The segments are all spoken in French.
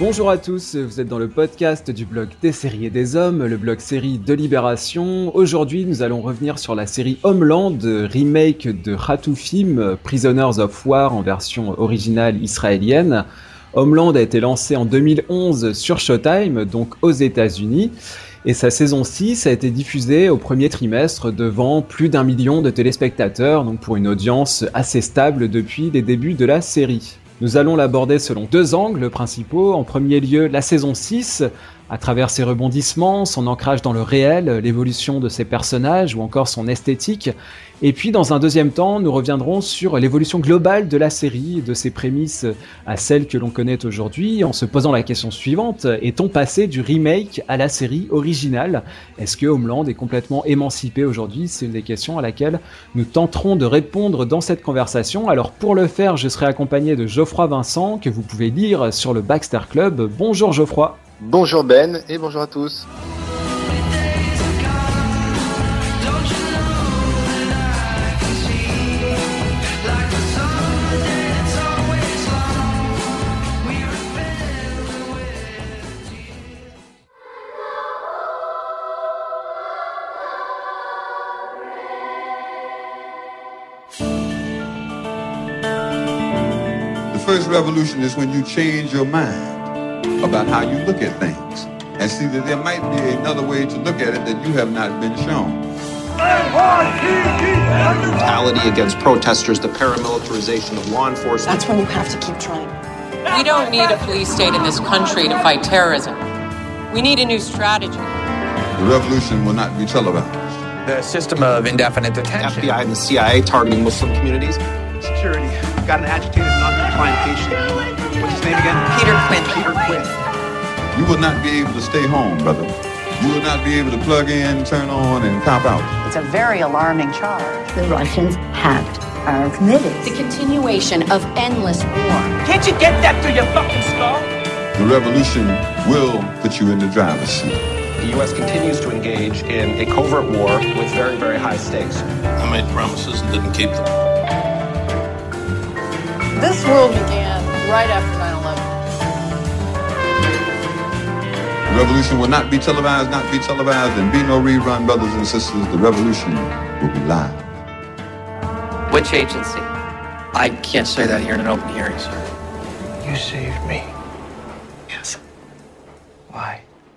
Bonjour à tous, vous êtes dans le podcast du blog des séries et des hommes, le blog série de Libération. Aujourd'hui, nous allons revenir sur la série Homeland, remake de Hatoufim, Prisoners of War en version originale israélienne. Homeland a été lancé en 2011 sur Showtime, donc aux États-Unis, et sa saison 6 a été diffusée au premier trimestre devant plus d'1 million de téléspectateurs, donc pour une audience assez stable depuis les débuts de la série. Nous allons l'aborder selon deux angles principaux. En premier lieu, la saison 6, à travers ses rebondissements, son ancrage dans le réel, l'évolution de ses personnages ou encore son esthétique. Et puis, dans un deuxième temps, nous reviendrons sur l'évolution globale de la série, de ses prémices à celles que l'on connaît aujourd'hui, en se posant la question suivante: est-on passé du remake à la série originale? Est-ce que Homeland est complètement émancipé aujourd'hui? C'est une des questions à laquelle nous tenterons de répondre dans cette conversation. Alors pour le faire, je serai accompagné de Geoffroy Vincent, que vous pouvez lire sur le Baxter Club. Bonjour Geoffroy. Bonjour Ben, et bonjour à tous. The first revolution is when you change your mind about how you look at things and see that there might be another way to look at it that you have not been shown. Brutality against protesters, the paramilitarization of law enforcement. That's when you have to keep trying. We don't need a police state in this country to fight terrorism. We need a new strategy. The revolution will not be televised. The system of indefinite detention. FBI and the CIA targeting Muslim communities. Security. Got an agitated, non-compliant patient. What's his name again? Peter Quinn. Peter Quinn. You will not be able to stay home, brother. You will not be able to plug in, turn on, and cop out. It's a very alarming charge. The Russians are committed. The continuation of endless war. Can't you get that through your fucking skull? The revolution will put you in the driver's seat. The U.S. continues to engage in a covert war with very, very high stakes. I made promises and didn't keep them. This world began right after 9/11. The revolution will not be televised, and be no rerun, brothers and sisters. The revolution will be live. Which agency? I can't say that here in an open hearing, sir. You saved me. Yes. Why?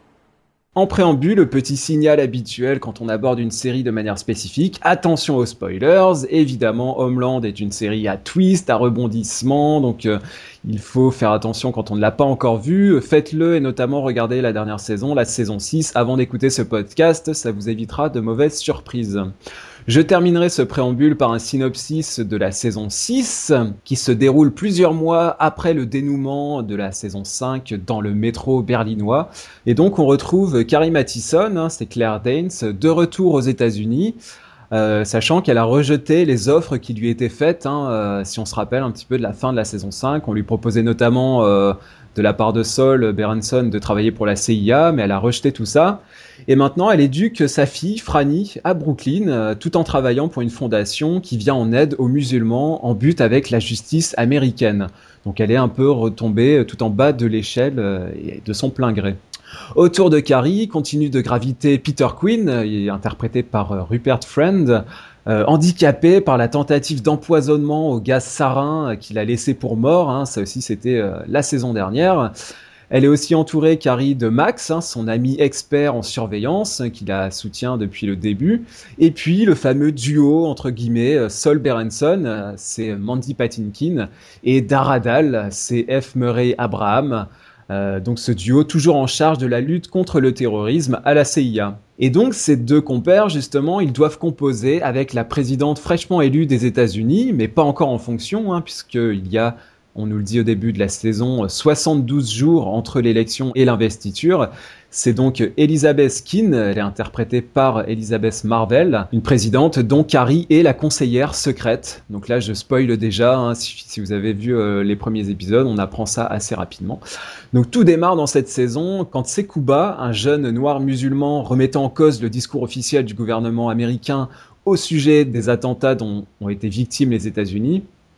En préambule, petit signal habituel quand on aborde une série de manière spécifique, attention aux spoilers. Évidemment, Homeland est une série à twist, à rebondissement, donc il faut faire attention quand on ne l'a pas encore vu. Faites-le et notamment regardez la dernière saison, la saison 6, avant d'écouter ce podcast, ça vous évitera de mauvaises surprises. Je terminerai ce préambule par un synopsis de la saison 6, qui se déroule plusieurs mois après le dénouement de la saison 5 dans le métro berlinois. Et donc on retrouve Carrie Mathison, c'est Claire Danes, de retour aux États-Unis, sachant qu'elle a rejeté les offres qui lui étaient faites, si on se rappelle un petit peu de la fin de la saison 5. On lui proposait notamment de la part de Saul Berenson de travailler pour la CIA, mais elle a rejeté tout ça. Et maintenant, elle éduque sa fille, Franny, à Brooklyn, tout en travaillant pour une fondation qui vient en aide aux musulmans en but avec la justice américaine. Donc elle est un peu retombée tout en bas de l'échelle et de son plein gré. Autour de Carrie continue de graviter Peter Quinn, interprété par Rupert Friend, handicapé par la tentative d'empoisonnement au gaz sarin qu'il a laissé pour mort, ça aussi c'était la saison dernière. Elle est aussi entourée, Carrie, de Max, son ami expert en surveillance, qui la soutient depuis le début. Et puis le fameux duo, entre guillemets, Saul Berenson, c'est Mandy Patinkin, et Dara Dal, c'est F. Murray Abraham. Donc ce duo toujours en charge de la lutte contre le terrorisme à la CIA. Et donc ces deux compères, justement, ils doivent composer avec la présidente fraîchement élue des États-Unis, mais pas encore en fonction, puisqu'il y a, on nous le dit au début de la saison, 72 jours entre l'élection et l'investiture. C'est donc Elizabeth Keane, elle est interprétée par Elizabeth Marvel, une présidente dont Carrie est la conseillère secrète. Donc là, je spoil déjà, si vous avez vu les premiers épisodes, on apprend ça assez rapidement. Donc tout démarre dans cette saison quand Sekouba, un jeune noir musulman remettant en cause le discours officiel du gouvernement américain au sujet des attentats dont ont été victimes les États-Unis.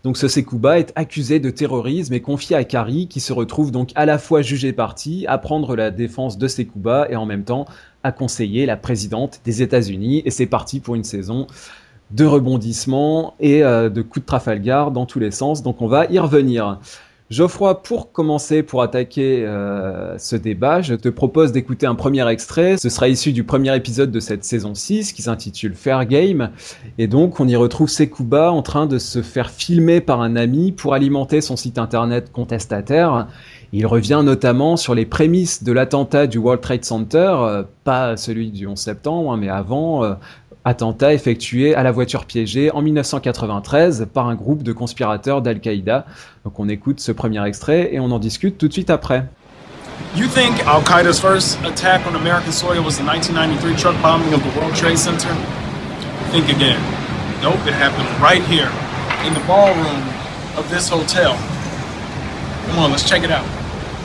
Donc ce Sekouba est accusé de terrorisme et confié à Kari, qui se retrouve donc à la fois jugé parti, à prendre la défense de Sekouba et en même temps à conseiller la présidente des États-Unis. Et c'est parti pour une saison de rebondissements et de coups de Trafalgar dans tous les sens. Donc on va y revenir. Geoffroy, pour commencer, pour attaquer ce débat, je te propose d'écouter un premier extrait. Ce sera issu du premier épisode de cette saison 6 qui s'intitule Fair Game. Et donc, on y retrouve Sekouba en train de se faire filmer par un ami pour alimenter son site internet contestataire. Il revient notamment sur les prémices de l'attentat du World Trade Center, pas celui du 11 septembre, mais avant... attentat effectué à la voiture piégée en 1993 par un groupe de conspirateurs d'Al-Qaïda. Donc on écoute ce premier extrait et on en discute tout de suite après. You think Al-Qaeda's first attack on American soil was the 1993 truck bombing of the World Trade Center? Think again. Nope, it happened right here, in the ballroom of this hotel. Come on, let's check it out.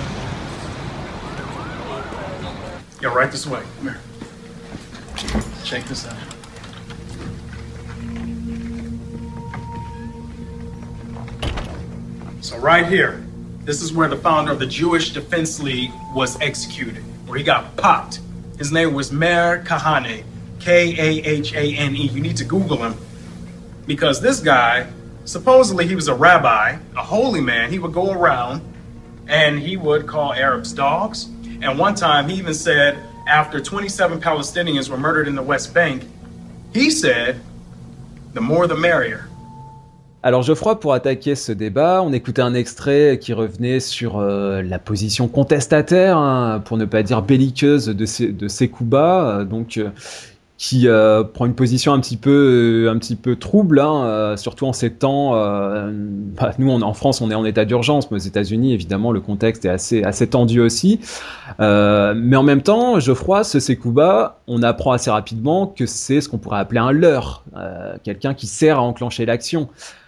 Yeah, right this way. Come here. Check this out. So right here, this is where the founder of the Jewish Defense League was executed, where he got popped. His name was Meir Kahane, K-A-H-A-N-E. You need to Google him, because this guy, supposedly he was a rabbi, a holy man. He would go around and he would call Arabs dogs. And one time he even said, after 27 Palestinians were murdered in the West Bank, he said, the more the merrier. Alors Geoffroy, pour attaquer ce débat, on écoutait un extrait qui revenait sur la position contestataire, hein, pour ne pas dire belliqueuse de Sekouba, qui prend une position un petit peu trouble, hein, surtout en ces temps. Nous, en France, on est en état d'urgence, mais aux États-Unis, évidemment, le contexte est assez tendu aussi. Mais en même temps, Geoffroy, ce Sekouba, on apprend assez rapidement que c'est ce qu'on pourrait appeler un leurre, quelqu'un qui sert à enclencher l'action.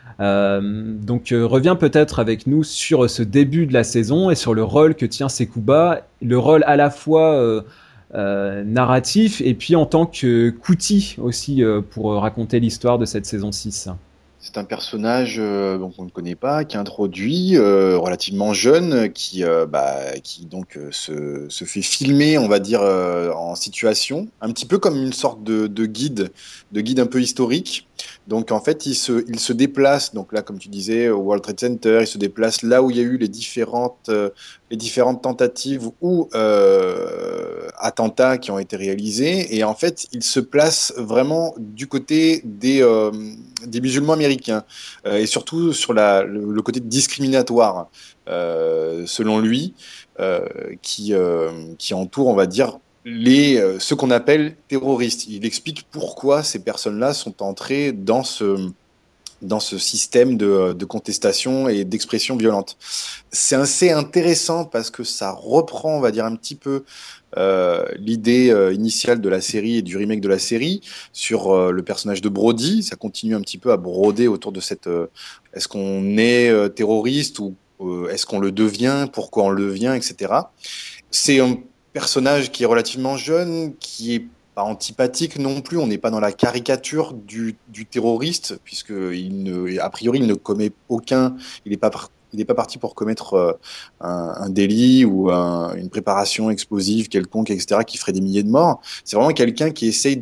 Donc reviens peut-être avec nous sur ce début de la saison et sur le rôle que tient Sekouba, le rôle à la fois narratif et puis en tant qu'outil aussi pour raconter l'histoire de cette saison 6. C'est un personnage qu'on ne connaît pas, qui est introduit relativement jeune, qui donc se fait filmer, on va dire, en situation, un petit peu comme une sorte de guide un peu historique. Donc en fait, il se déplace, donc là comme tu disais, au World Trade Center, il se déplace là où il y a eu les différentes tentatives ou attentats qui ont été réalisés, et en fait, il se place vraiment du côté des musulmans américains, et surtout sur le côté discriminatoire, selon lui, qui entoure, on va dire, ceux qu'on appelle terroristes. Il explique pourquoi ces personnes-là sont entrées dans ce système de contestation et d'expression violente. C'est assez intéressant parce que ça reprend, on va dire, un petit peu l'idée initiale de la série et du remake de la série sur le personnage de Brody. Ça continue un petit peu à broder autour de cette est-ce qu'on est terroriste ou est-ce qu'on le devient, pourquoi on le devient, etc. C'est un personnage qui est relativement jeune, qui est pas antipathique non plus. On n'est pas dans la caricature du terroriste, puisque a priori il ne commet aucun. Il n'est pas parti pour commettre un délit ou une préparation explosive quelconque, etc., qui ferait des milliers de morts. C'est vraiment quelqu'un qui essaye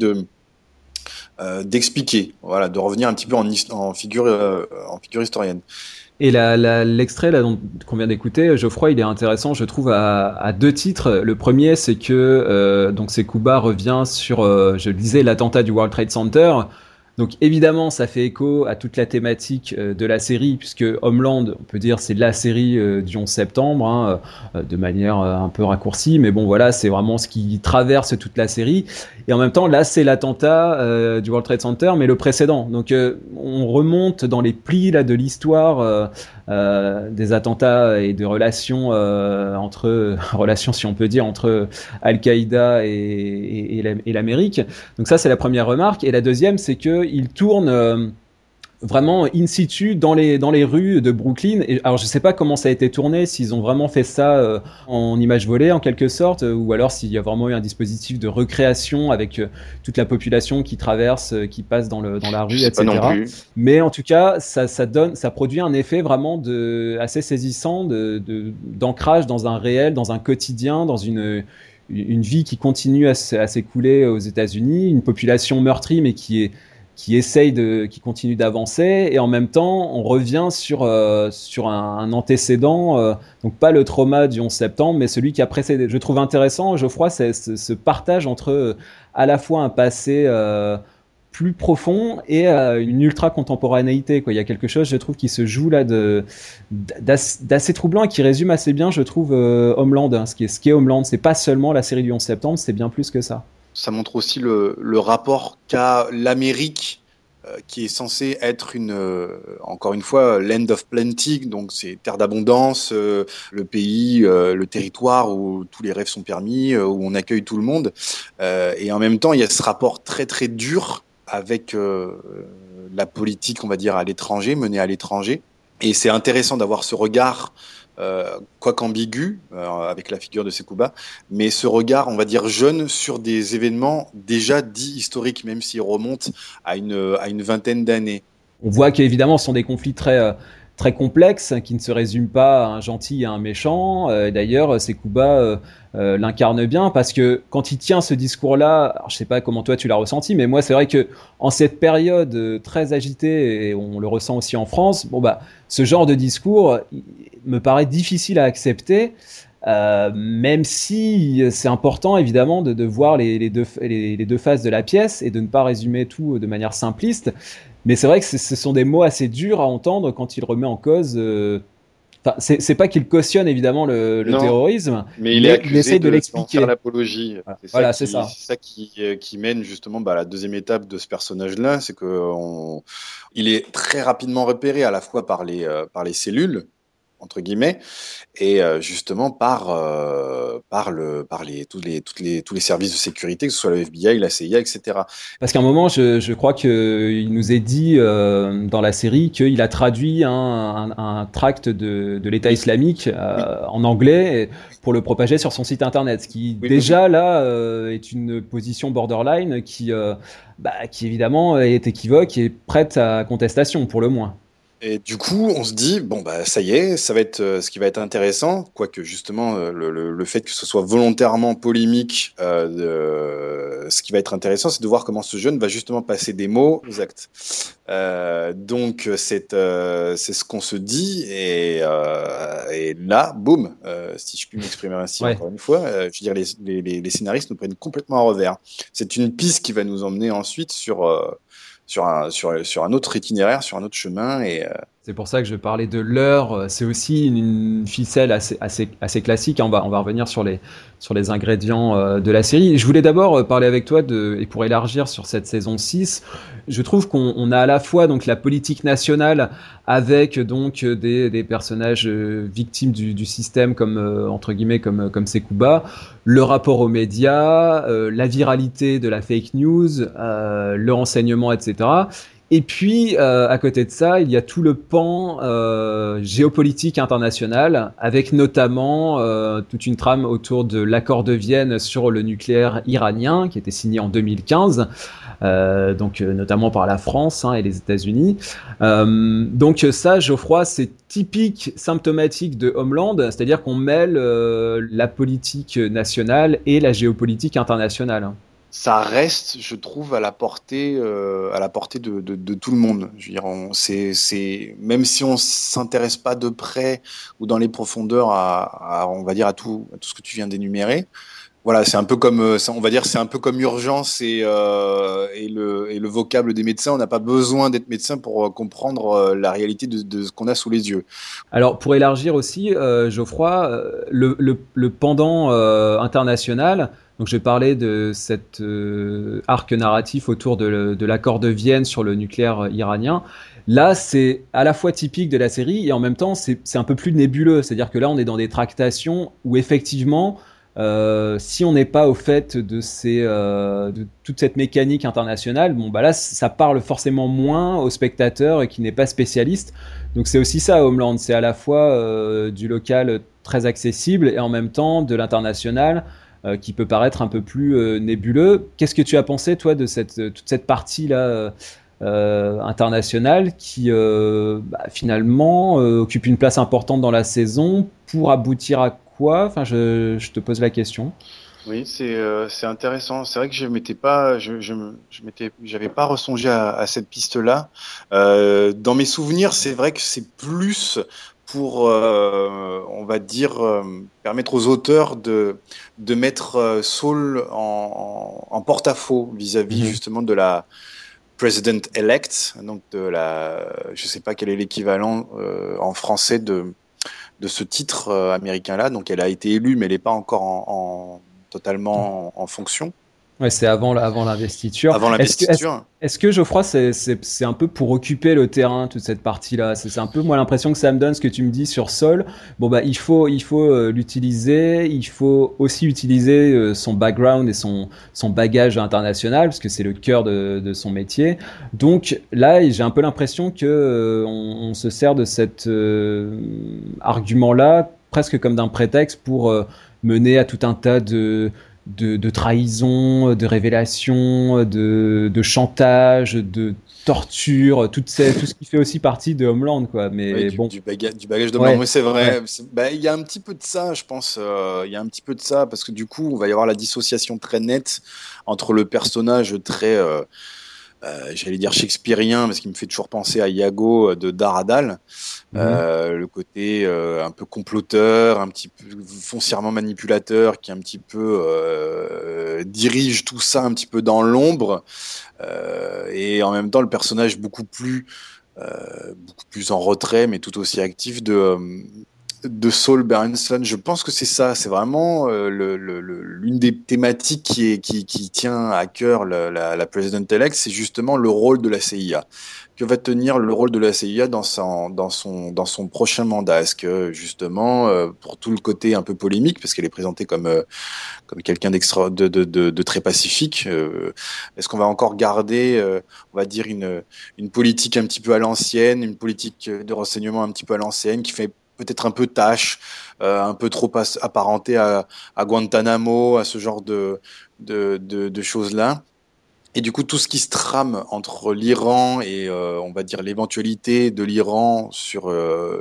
d'expliquer, voilà, de revenir un petit peu en figure historienne. Et l'extrait là qu'on vient d'écouter, Geoffroy, il est intéressant, je trouve, à deux titres. Le premier, c'est que donc Sekouba revient sur, je le disais, l'attentat du World Trade Center. Donc évidemment, ça fait écho à toute la thématique de la série, puisque Homeland, on peut dire, c'est la série du 11 septembre, hein, de manière un peu raccourcie, mais bon voilà, c'est vraiment ce qui traverse toute la série. Et en même temps, là, c'est l'attentat du World Trade Center, mais le précédent. Donc on remonte dans les plis là de l'histoire des attentats et de relations relations, si on peut dire, entre Al-Qaïda et l'Amérique. Donc ça, c'est la première remarque. Et la deuxième, c'est que il tourne vraiment in situ dans les rues de Brooklyn. Et alors je sais pas comment ça a été tourné, s'ils ont vraiment fait ça en images volées en quelque sorte, ou alors s'il y a vraiment eu un dispositif de recréation avec toute la population qui traverse, qui passe dans la rue, etc. Mais en tout cas, ça produit un effet vraiment assez saisissant d'ancrage dans un réel, dans un quotidien, dans une vie qui continue à s'écouler aux États-Unis, une population meurtrie mais qui continue d'avancer, et en même temps on revient sur un antécédent, donc pas le trauma du 11 septembre mais celui qui a précédé. Je trouve intéressant, Geoffroy, ce partage entre à la fois un passé plus profond et une ultra contemporanéité, quoi. Il y a quelque chose, je trouve, qui se joue là d'assez troublant et qui résume assez bien, je trouve, Homeland, hein. Ce qui est Homeland, c'est pas seulement la série du 11 septembre, c'est bien plus que ça. Ça montre aussi le rapport qu'a l'Amérique, qui est censée être encore une fois, land of plenty, donc c'est terre d'abondance, le pays, le territoire où tous les rêves sont permis, où on accueille tout le monde. Et en même temps, il y a ce rapport très très dur avec la politique, on va dire, à l'étranger, menée à l'étranger. Et c'est intéressant d'avoir ce regard, quoique ambigu, avec la figure de Sekouba, mais ce regard, on va dire, jeune sur des événements déjà dits historiques, même s'ils remontent à une vingtaine d'années. On voit qu'évidemment, ce sont des conflits très complexes, qui ne se résument pas à un gentil et à un méchant. D'ailleurs, Sekouba l'incarne bien, parce que quand il tient ce discours-là, alors je sais pas comment toi tu l'as ressenti, mais moi c'est vrai que en cette période très agitée, et on le ressent aussi en France, ce genre de discours me paraît difficile à accepter, même si c'est important évidemment de voir les deux faces de la pièce et de ne pas résumer tout de manière simpliste. Mais c'est vrai que ce sont des mots assez durs à entendre quand il remet en cause. Enfin, c'est pas qu'il cautionne évidemment le terrorisme, mais il essaye de l'expliquer. Faire l'apologie. Voilà, c'est ça. C'est ça qui mène justement à la deuxième étape de ce personnage-là, c'est il est très rapidement repéré à la fois par les cellules, entre guillemets, et justement par tous les services de sécurité, que ce soit le FBI, la CIA, etc. Parce qu'à un moment, je crois qu'il nous est dit dans la série qu'il a traduit un tract de l'État islamique en anglais pour le propager sur son site internet, ce qui là est une position borderline qui évidemment est équivoque et prête à contestation pour le moins. Et du coup, on se dit, ça y est, ça va être ce qui va être intéressant, quoique justement, le fait que ce soit volontairement polémique, ce qui va être intéressant, c'est de voir comment ce jeune va justement passer des mots aux actes. Donc, c'est ce qu'on se dit, et là, boum, si je puis m'exprimer ainsi encore une fois, je veux dire, les scénaristes nous prennent complètement à revers. C'est une piste qui va nous emmener ensuite sur un autre itinéraire, sur un autre chemin. Et c'est pour ça que je parlais de l'heure. C'est aussi une ficelle assez classique. On va revenir sur les ingrédients de la série. Je voulais d'abord parler avec toi et pour élargir sur cette saison 6, je trouve qu'on a à la fois donc la politique nationale avec donc des personnages victimes du système comme entre guillemets comme Sekouba, le rapport aux médias, la viralité de la fake news, le renseignement, etc. Et puis, à côté de ça, il y a tout le pan géopolitique international, avec notamment toute une trame autour de l'accord de Vienne sur le nucléaire iranien, qui était signé en 2015, donc notamment par la France et les États-Unis. Donc ça, Geoffroy, c'est typique, symptomatique de Homeland, c'est-à-dire qu'on mêle la politique nationale et la géopolitique internationale. Ça reste, je trouve, à la portée de tout le monde. Je veux dire, c'est même si on s'intéresse pas de près ou dans les profondeurs on va dire à tout ce que tu viens d'énumérer. Voilà, c'est un peu comme, on va dire, c'est un peu comme Urgence et le vocable des médecins. On n'a pas besoin d'être médecin pour comprendre la réalité de ce qu'on a sous les yeux. Alors, pour élargir aussi, Geoffroy, le pendant international. Donc, je parlais de cet arc narratif autour de l'accord de Vienne sur le nucléaire iranien. Là, c'est à la fois typique de la série et en même temps, c'est un peu plus nébuleux. C'est-à-dire que là, on est dans des tractations où effectivement, si on n'est pas au fait de toute cette mécanique internationale, bon bah là ça parle forcément moins au spectateur qui n'est pas spécialiste. Donc c'est aussi ça Homeland, c'est à la fois du local très accessible et en même temps de l'international qui peut paraître un peu plus nébuleux. Qu'est-ce que tu as pensé toi de toute cette partie là internationale qui finalement occupe une place importante dans la saison pour aboutir à quoi? Enfin, je te pose la question. Oui, c'est intéressant. C'est vrai que j'avais pas ressongé à cette piste-là. Dans mes souvenirs, c'est vrai que c'est plus pour, on va dire, permettre aux auteurs de mettre Saul en porte-à-faux vis-à-vis justement de la President-elect, donc je sais pas quel est l'équivalent en français de ce titre américain-là. Donc elle a été élue, mais elle n'est pas encore totalement en fonction. Ouais, c'est avant l'investiture. Avant l'investiture. Est-ce que Geoffroy, c'est un peu pour occuper le terrain, toute cette partie-là? C'est un peu, moi, l'impression que ça me donne, ce que tu me dis sur Saul. Bon, bah, il faut l'utiliser. Il faut aussi utiliser son background et son bagage international, parce que c'est le cœur de son métier. Donc, là, j'ai un peu l'impression que on se sert de cet argument-là, presque comme d'un prétexte pour mener à tout un tas de trahison, de révélation, de chantage, de torture, tout ce qui fait aussi partie de Homeland, quoi. Mais oui, bon, du bagage d'Homeland, oui, c'est vrai. Ouais. Il y a un petit peu de ça, je pense. Il y a un petit peu de ça parce que du coup, on va y avoir la dissociation très nette entre le personnage très, j'allais dire shakespearien, parce qu'il me fait toujours penser à Iago de Daradal. Le côté un peu comploteur, un petit peu foncièrement manipulateur, qui un petit peu dirige tout ça un petit peu dans l'ombre, et en même temps le personnage beaucoup plus en retrait, mais tout aussi actif de Saul Berenson. Je pense que c'est ça, c'est vraiment l'une des thématiques qui tient à cœur la President-elect, c'est justement le rôle de la CIA. Que va tenir le rôle de la CIA dans son prochain mandat? Est-ce que justement, pour tout le côté un peu polémique, parce qu'elle est présentée comme quelqu'un de très pacifique, est-ce qu'on va encore garder, on va dire une politique un petit peu à l'ancienne, une politique de renseignement un petit peu à l'ancienne, qui fait peut-être un peu tâche, un peu trop apparenté à Guantanamo, à ce genre de choses-là. Et du coup, tout ce qui se trame entre l'Iran et, on va dire, l'éventualité de l'Iran sur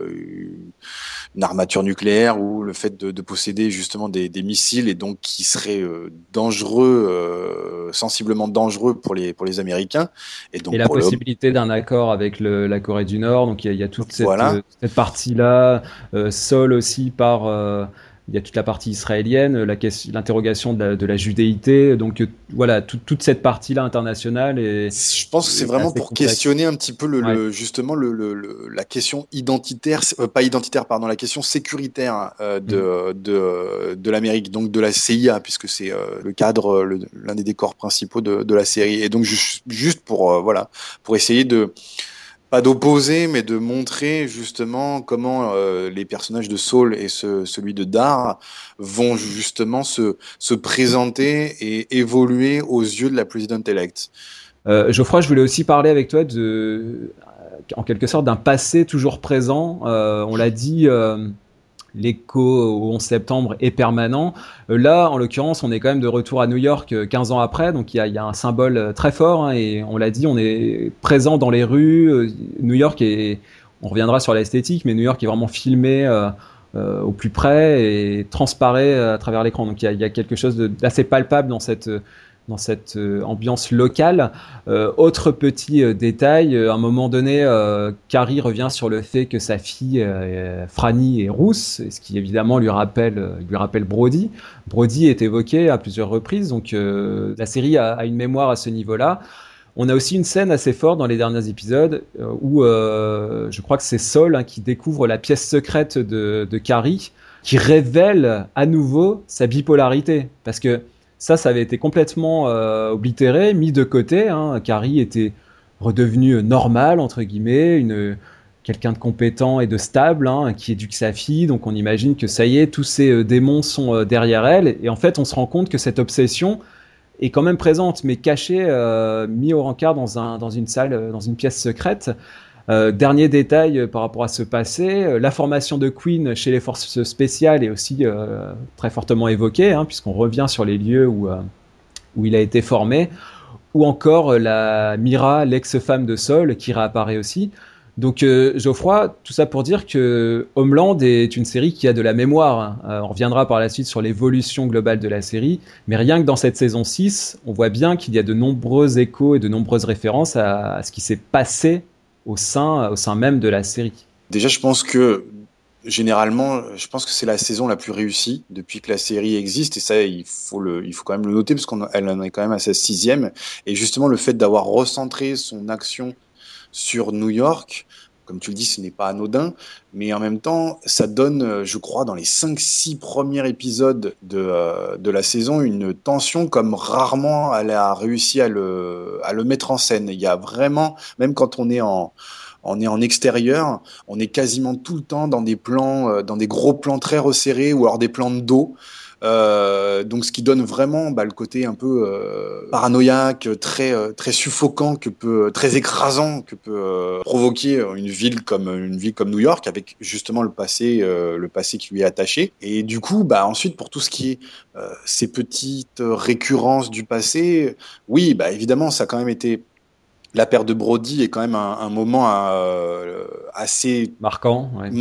une armature nucléaire ou le fait de posséder justement des missiles, et donc qui serait dangereux, sensiblement dangereux pour les Américains. Et donc la possibilité d'un accord avec la Corée du Nord. Donc il y a toute cette partie-là. Saul aussi il y a toute la partie israélienne, l'interrogation de la judéité, donc voilà, toute cette partie-là internationale. Et je pense que c'est vraiment pour questionner un petit peu justement la question identitaire, pas identitaire, pardon, la question sécuritaire de l'Amérique, donc de la CIA, puisque c'est le cadre, l'un des décors principaux de la série. Et donc juste pour essayer pas d'opposer, mais de montrer justement comment les personnages de Saul et celui de Dar vont justement se présenter et évoluer aux yeux de la President-elect. Geoffroy, je voulais aussi parler avec toi en quelque sorte d'un passé toujours présent. On l'a dit, l'écho au 11 septembre est permanent. Là, en l'occurrence, on est quand même de retour à New York 15 ans après, donc il y a un symbole très fort, hein, et on l'a dit, on est présent dans les rues. New York on reviendra sur l'esthétique, mais New York est vraiment filmé au plus près et transparaît à travers l'écran. Donc il y a quelque chose d'assez palpable dans cette ambiance locale. Autre petit détail, à un moment donné, Carrie revient sur le fait que sa fille Franny est rousse, ce qui évidemment lui rappelle Brody. Brody est évoqué à plusieurs reprises, donc la série a une mémoire à ce niveau-là. On a aussi une scène assez forte dans les derniers épisodes où je crois que c'est Saul qui découvre la pièce secrète de Carrie, qui révèle à nouveau sa bipolarité, parce que ça avait été complètement oblitéré, mis de côté. Carrie était redevenue normale, entre guillemets, quelqu'un de compétent et de stable, hein, qui éduque sa fille, donc on imagine que ça y est, tous ces démons sont derrière elle, et en fait on se rend compte que cette obsession est quand même présente, mais cachée, mis au rencard dans une salle, dans une pièce secrète. Dernier détail par rapport à ce passé, la formation de Queen chez les forces spéciales est aussi très fortement évoquée, hein, puisqu'on revient sur les lieux où il a été formé, ou encore la Mira, l'ex-femme de Saul, qui réapparaît aussi. Donc Geoffroy, tout ça pour dire que Homeland est une série qui a de la mémoire. On reviendra par la suite sur l'évolution globale de la série, mais rien que dans cette saison 6, on voit bien qu'il y a de nombreux échos et de nombreuses références à ce qui s'est passé au sein même de la série. Déjà, je pense que généralement, c'est la saison la plus réussie depuis que la série existe, et ça, il faut quand même le noter, parce qu'elle en est quand même à sa 6e, et justement, le fait d'avoir recentré son action sur New York, comme tu le dis, ce n'est pas anodin, mais en même temps, ça donne, je crois, dans les 5-6 premiers épisodes de la saison, une tension comme rarement elle a réussi à le mettre en scène. Il y a vraiment, même quand on est en extérieur, on est quasiment tout le temps dans des plans, dans des gros plans très resserrés, ou alors des plans de dos. Donc ce qui donne vraiment le côté un peu paranoïaque, très suffocant, très écrasant que peut provoquer une ville comme New York, avec justement le passé qui lui est attaché. Et du coup, ensuite, pour tout ce qui est ces petites récurrences du passé, oui, évidemment, ça a quand même été. La perte de Brody est quand même un moment assez marquant. Ouais.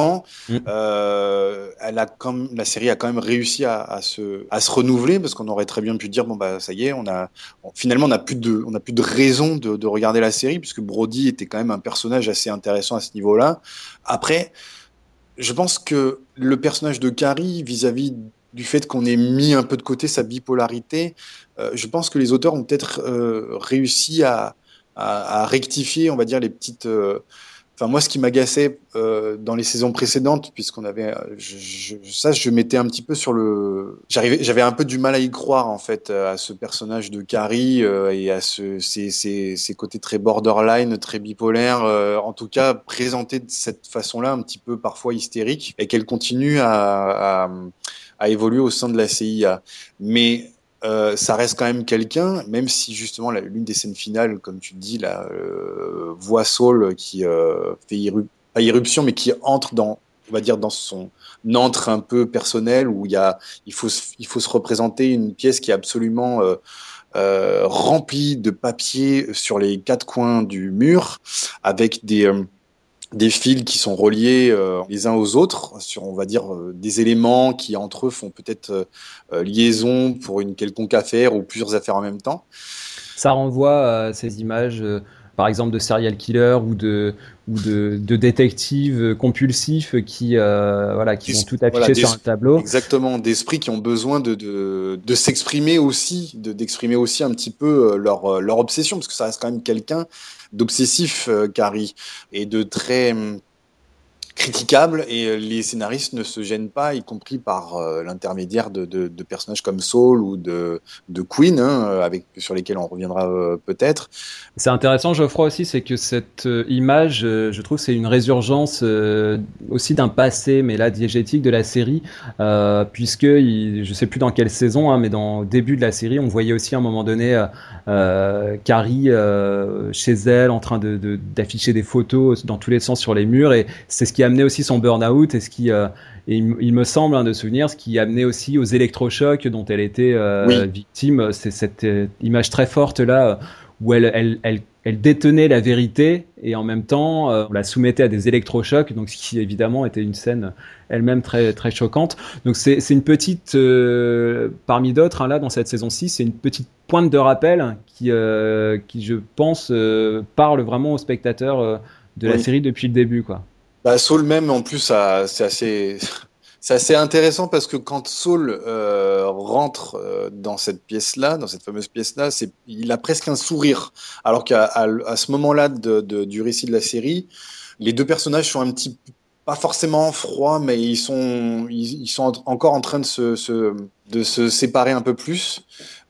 La série a quand même réussi à se renouveler, parce qu'on aurait très bien pu dire ça y est, finalement on n'a plus de raison de regarder la série, puisque Brody était quand même un personnage assez intéressant à ce niveau-là. Après, je pense que le personnage de Carrie, vis-à-vis du fait qu'on ait mis un peu de côté sa bipolarité, je pense que les auteurs ont peut-être réussi à rectifier, on va dire, les petites. Moi, ce qui m'agaçait dans les saisons précédentes, puisqu'on avait, je mettais un petit peu sur le. J'avais un peu du mal à y croire, en fait, à ce personnage de Carrie et à ces côtés très borderline, très bipolaires, en tout cas présentés de cette façon-là, un petit peu parfois hystérique, et qu'elle continue à évoluer au sein de la CIA. Mais ça reste quand même quelqu'un, même si justement l'une des scènes finales, comme tu dis, voit Saul qui fait pas irruption, mais qui entre dans son antre un peu personnel, où il faut se représenter une pièce qui est absolument remplie de papier sur les 4 coins du mur, avec des fils qui sont reliés les uns aux autres sur, on va dire, des éléments qui entre eux font peut-être liaison pour une quelconque affaire ou plusieurs affaires en même temps. Ça renvoie à ces images, par exemple de serial killers ou de détectives compulsifs qui vont tout afficher sur un tableau. Exactement, d'esprits qui ont besoin de s'exprimer aussi, d'exprimer aussi un petit peu leur obsession, parce que ça reste quand même quelqu'un d'obsessif, Carrie, et de très critiquable, et les scénaristes ne se gênent pas, y compris par l'intermédiaire de personnages comme Saul ou de Queen, sur lesquels on reviendra peut-être. C'est intéressant, Geoffroy, aussi, c'est que cette image, je trouve, c'est une résurgence aussi d'un passé, mais là diégétique, de la série, puisque je sais plus dans quelle saison, mais au début de la série, on voyait aussi à un moment donné Carrie chez elle, en train d'afficher des photos dans tous les sens sur les murs, et c'est ce qui a amené aussi son burn-out, et il me semble de souvenir, ce qui a amené aussi aux électrochocs dont elle était victime. C'est cette image très forte là, où elle détenait la vérité, et en même temps on la soumettait à des électrochocs, donc ce qui évidemment était une scène elle-même très, très choquante. Donc c'est une petite, parmi d'autres, là dans cette saison 6, c'est une petite pointe de rappel qui je pense parle vraiment aux spectateurs de la série depuis le début, quoi. Saul même, en plus, c'est assez intéressant, parce que quand Saul rentre dans cette pièce-là, dans cette fameuse pièce-là, il a presque un sourire. Alors qu'à ce moment-là du récit de la série, les deux personnages sont un petit peu, pas forcément froids, mais ils sont encore en train de se séparer un peu plus.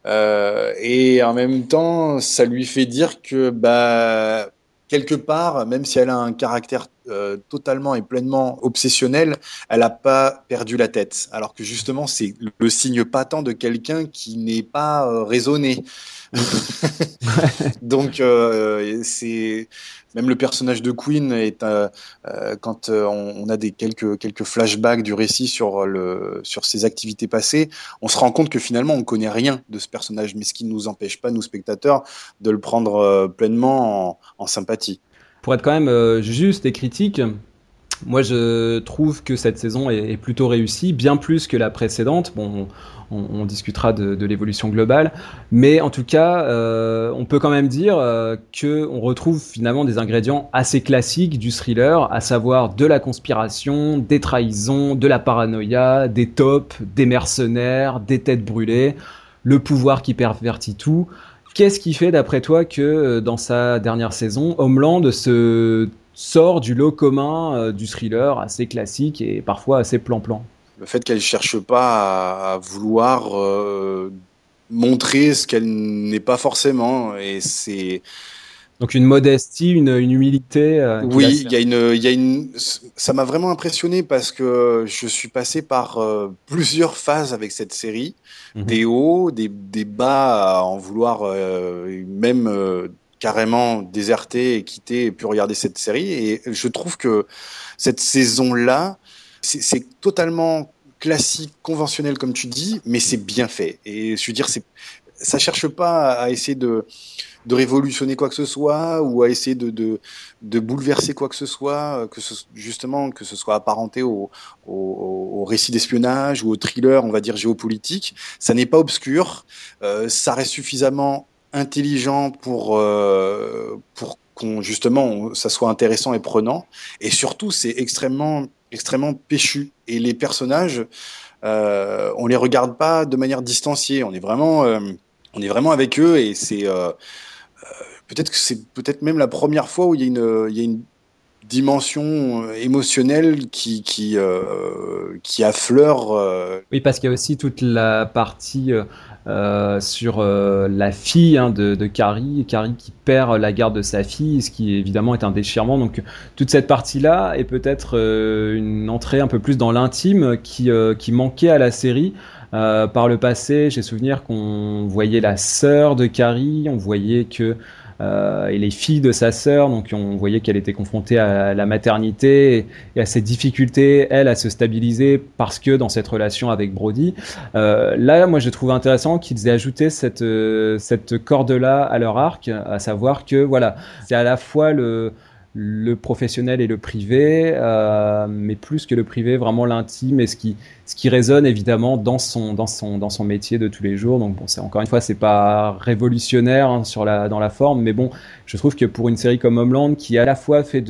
Et en même temps, ça lui fait dire que quelque part, même si elle a un caractère totalement et pleinement obsessionnelle, elle n'a pas perdu la tête. Alors que justement, c'est le signe patent de quelqu'un qui n'est pas raisonné. Donc, c'est même le personnage de Queen est quand on a quelques flashbacks du récit sur ses activités passées, on se rend compte que finalement on connaît rien de ce personnage, mais ce qui ne nous empêche pas, nous spectateurs, de le prendre pleinement en sympathie. Pour être quand même juste et critique, moi je trouve que cette saison est plutôt réussie, bien plus que la précédente. Bon, on discutera de l'évolution globale, mais en tout cas, on peut quand même dire qu'on retrouve finalement des ingrédients assez classiques du thriller, à savoir de la conspiration, des trahisons, de la paranoïa, des taupes, des mercenaires, des têtes brûlées, le pouvoir qui pervertit tout. Qu'est-ce qui fait, d'après toi, que dans sa dernière saison, Homeland se sort du lot commun du thriller assez classique et parfois assez plan-plan? Le fait qu'elle cherche pas à vouloir montrer ce qu'elle n'est pas forcément, et c'est donc une modestie, une humilité. Oui, il y a une. Ça m'a vraiment impressionné parce que je suis passé par plusieurs phases avec cette série, des hauts, des bas, à en vouloir même carrément déserter et quitter et puis regarder cette série. Et je trouve que cette saison-là, c'est totalement classique, conventionnel comme tu dis, mais c'est bien fait. Et je veux dire, ça cherche pas à essayer de révolutionner quoi que ce soit ou à essayer de bouleverser quoi que ce soit, que ce soit apparenté au récit d'espionnage ou au thriller, on va dire géopolitique. Ça n'est pas obscur, ça reste suffisamment intelligent pour justement ça soit intéressant et prenant, et surtout c'est extrêmement péchu, et les personnages on les regarde pas de manière distanciée, on est vraiment avec eux, et c'est peut-être même la première fois où il y a une dimension émotionnelle qui affleure. Oui, parce qu'il y a aussi toute la partie sur la fille de Carrie qui perd la garde de sa fille, ce qui évidemment est un déchirement. Donc toute cette partie-là est peut-être une entrée un peu plus dans l'intime qui manquait à la série. Par le passé, j'ai souvenir qu'on voyait la sœur de Carrie, on voyait que et les filles de sa sœur, donc on voyait qu'elle était confrontée à la maternité et à ses difficultés, elle, à se stabiliser parce que dans cette relation avec Brody. Là, moi, je trouve intéressant qu'ils aient ajouté cette corde-là à leur arc, à savoir que voilà, c'est à la fois le professionnel et le privé, mais plus que le privé, vraiment l'intime et ce qui résonne évidemment dans son métier de tous les jours. Donc bon, c'est encore une fois, c'est pas révolutionnaire dans la forme, mais bon, je trouve que pour une série comme Homeland, qui à la fois fait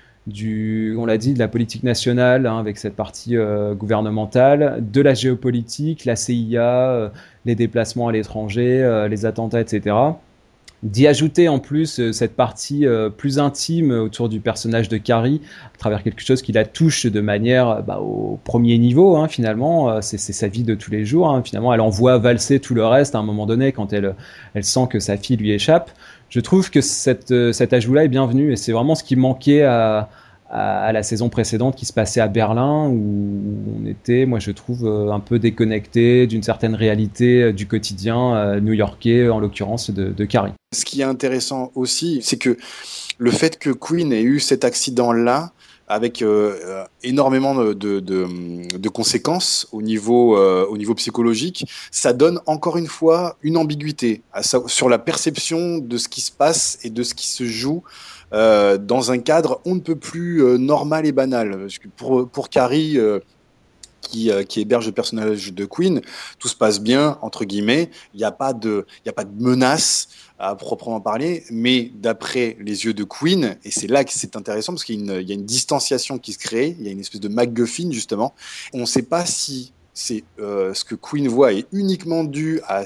on l'a dit, de la politique nationale, avec cette partie gouvernementale, de la géopolitique, la CIA, les déplacements à l'étranger, les attentats, etc., d'y ajouter en plus cette partie plus intime autour du personnage de Carrie, à travers quelque chose qui la touche de manière au premier niveau, finalement, c'est sa vie de tous les jours, finalement, elle en voit valser tout le reste à un moment donné quand elle sent que sa fille lui échappe. Je trouve que cet ajout-là est bienvenu, et c'est vraiment ce qui manquait à la saison précédente qui se passait à Berlin, où on était, moi je trouve, un peu déconnecté d'une certaine réalité du quotidien new-yorkais, en l'occurrence de Carrie. Ce qui est intéressant aussi, c'est que le fait que Queen ait eu cet accident-là, avec énormément de conséquences au niveau psychologique, ça donne encore une fois une ambiguïté sur la perception de ce qui se passe et de ce qui se joue dans un cadre on ne peut plus normal et banal. Parce que pour Carrie, qui héberge le personnage de Queen, tout se passe bien, entre guillemets, il n'y a pas de menace à proprement parler, mais d'après les yeux de Queen, et c'est là que c'est intéressant, parce qu'il y a une distanciation qui se crée, il y a une espèce de MacGuffin, justement. On ne sait pas si ce que Queen voit est uniquement dû à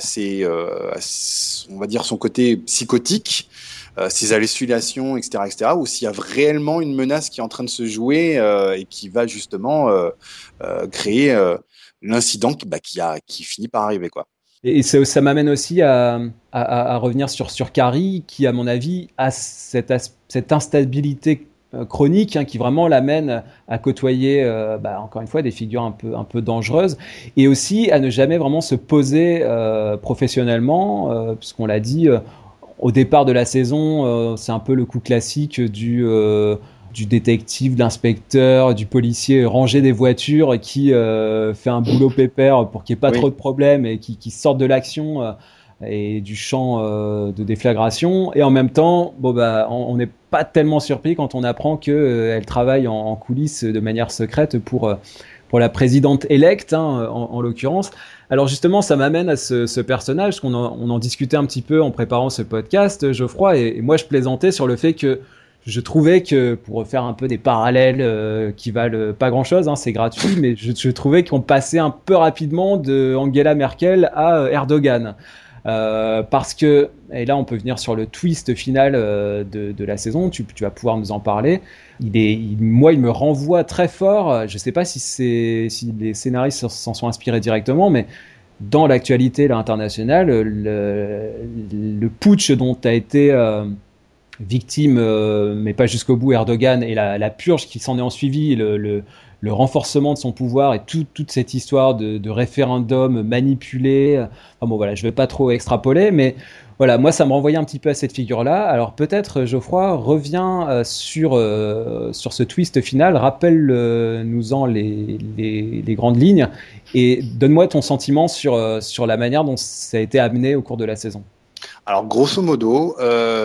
on va dire, son côté psychotique, ses hallucinations, etc., ou s'il y a réellement une menace qui est en train de se jouer et qui va justement créer l'incident qui finit par arriver, quoi. Et ça m'amène aussi à revenir sur Carrie, qui, à mon avis, a cette instabilité chronique, qui vraiment l'amène à côtoyer, encore une fois, des figures un peu dangereuses, et aussi à ne jamais vraiment se poser professionnellement, puisqu'on l'a dit, au départ de la saison, c'est un peu le coup classique du détective, de l'inspecteur, du policier rangé des voitures et qui fait un boulot pépère pour qu'il n'y ait pas trop de problèmes et qui sorte de l'action et du champ de déflagration. Et en même temps, on n'est pas tellement surpris quand on apprend qu'elle travaille en coulisses de manière secrète pour la présidente électe, en l'occurrence. Alors justement, ça m'amène à ce personnage, qu'on on en discutait un petit peu en préparant ce podcast, Geoffroy, et moi je plaisantais sur le fait que je trouvais que, pour faire un peu des parallèles qui valent pas grand-chose, c'est gratuit, mais je trouvais qu'on passait un peu rapidement de Angela Merkel à Erdogan. Parce que, et là on peut venir sur le twist final de la saison, tu vas pouvoir nous en parler. Moi, il me renvoie très fort, je sais pas si les scénaristes s'en sont inspirés directement, mais dans l'actualité là, internationale, le putsch dont a été victime, mais pas jusqu'au bout, Erdogan, et la purge qui s'en est ensuivie, le renforcement de son pouvoir et toute cette histoire de référendum manipulé. Enfin bon, voilà, je vais pas trop extrapoler, mais voilà, moi ça me renvoyait un petit peu à cette figure-là. Alors peut-être, Geoffroy, reviens sur ce twist final, rappelle-nous-en les grandes lignes et donne-moi ton sentiment sur la manière dont ça a été amené au cours de la saison. Alors, grosso modo,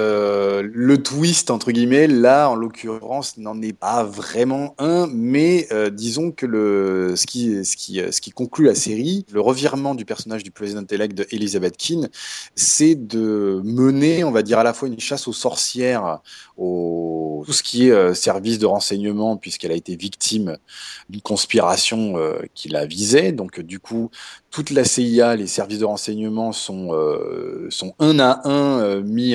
le twist, entre guillemets, là, en l'occurrence, n'en est pas vraiment un, mais disons que ce qui conclut la série, le revirement du personnage du président-élect de Elizabeth Keane, c'est de mener, on va dire, à la fois une chasse aux sorcières, tout ce qui est service de renseignement, puisqu'elle a été victime d'une conspiration qui la visait. Donc, du coup, toute la CIA, les services de renseignement sont un à un mis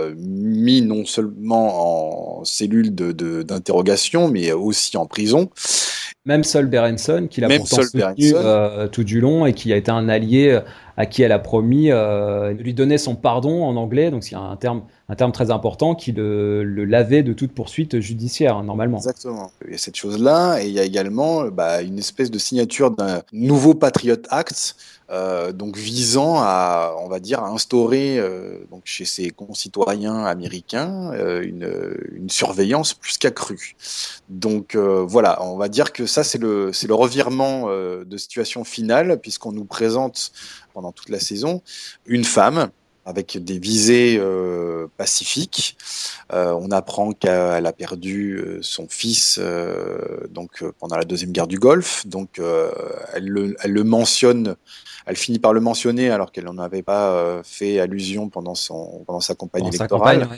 non seulement en cellule d'interrogation, mais aussi en prison. Même Saul Berenson, qui l'a pourtant soutenu tout du long et qui a été un allié à qui elle a promis de lui donner son pardon en anglais, donc c'est un terme très important qui le lavait de toute poursuite judiciaire, normalement. Exactement. Il y a cette chose-là, et il y a également une espèce de signature d'un nouveau Patriot Act, donc visant à, on va dire, à instaurer donc chez ses concitoyens américains une surveillance plus qu'accrue. Donc voilà, on va dire que ça c'est le revirement de situation finale, puisqu'on nous présente pendant toute la saison une femme avec des visées pacifiques. On apprend qu'elle a perdu son fils pendant la Deuxième Guerre du Golfe. Donc elle le mentionne. Elle finit par le mentionner alors qu'elle n'en avait pas fait allusion pendant sa campagne électorale.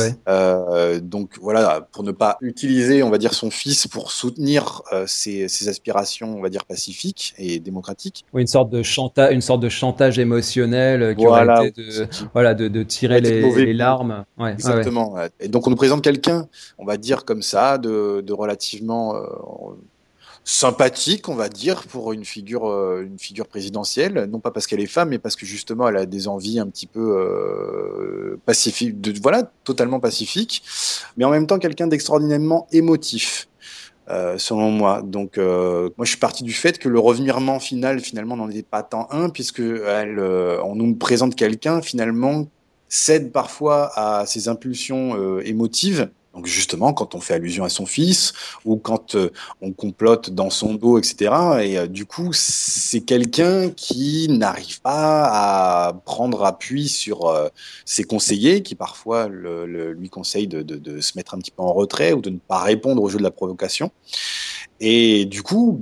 Donc voilà, pour ne pas utiliser, on va dire, son fils pour soutenir ses aspirations, on va dire, pacifiques et démocratiques. Oui, une sorte de chantage émotionnel qui aurait été de tirer les larmes. Ouais, exactement. Ouais. Et donc on nous présente quelqu'un, on va dire comme ça, de relativement sympathique, on va dire, pour une figure présidentielle, non pas parce qu'elle est femme, mais parce que justement elle a des envies un petit peu pacifiques, totalement pacifiques, mais en même temps quelqu'un d'extraordinairement émotif. Selon moi. Donc, moi, je suis parti du fait que le revirement final, finalement, n'en était pas tant un, puisque on nous présente quelqu'un, finalement, cède parfois à ses impulsions émotives. Donc, justement, quand on fait allusion à son fils, ou quand on complote dans son dos, etc. Et du coup, c'est quelqu'un qui n'arrive pas à prendre appui sur ses conseillers, qui parfois lui conseillent de se mettre un petit peu en retrait ou de ne pas répondre au jeu de la provocation. Et du coup,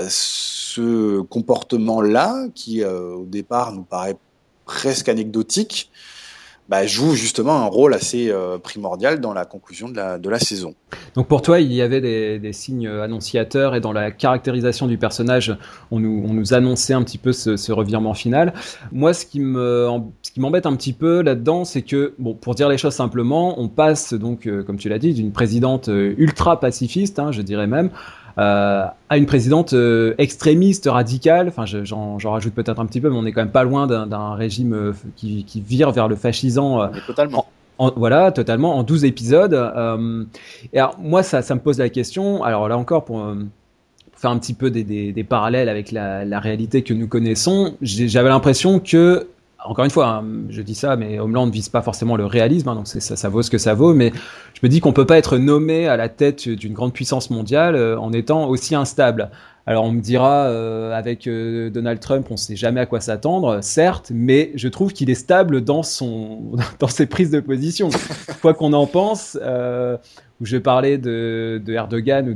ce comportement-là, qui au départ nous paraît presque anecdotique, joue justement un rôle assez primordial dans la conclusion de la saison. Donc pour toi, il y avait des signes annonciateurs, et dans la caractérisation du personnage, on nous annonçait un petit peu ce revirement final. Moi, ce qui m'embête un petit peu là-dedans, c'est que, pour dire les choses simplement, on passe donc, comme tu l'as dit, d'une présidente ultra pacifiste, je dirais même, à une présidente extrémiste, radicale. Enfin, j'en rajoute peut-être un petit peu, mais on est quand même pas loin d'un régime qui vire vers le fascisant totalement. Voilà, totalement, en 12 épisodes. Et alors, moi, ça me pose la question. Alors là encore, pour faire un petit peu des parallèles avec la réalité que nous connaissons, j'avais l'impression que, encore une fois, hein, je dis ça, mais Homeland ne vise pas forcément le réalisme, hein, donc ça vaut ce que ça vaut, mais je me dis qu'on peut pas être nommé à la tête d'une grande puissance mondiale en étant aussi instable. Alors on me dira, avec Donald Trump, on sait jamais à quoi s'attendre, certes, mais je trouve qu'il est stable dans ses prises de position. Quoi qu'on en pense, où je parlais de Erdogan ou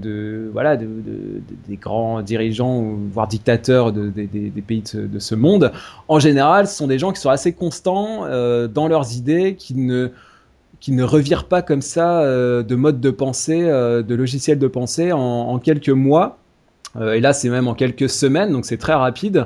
des grands dirigeants ou voire dictateurs des pays de ce monde, en général, ce sont des gens qui sont assez constants dans leurs idées, qui ne revirent pas comme ça de mode de pensée, de logiciel de pensée en quelques mois. Et là, c'est même en quelques semaines, donc c'est très rapide.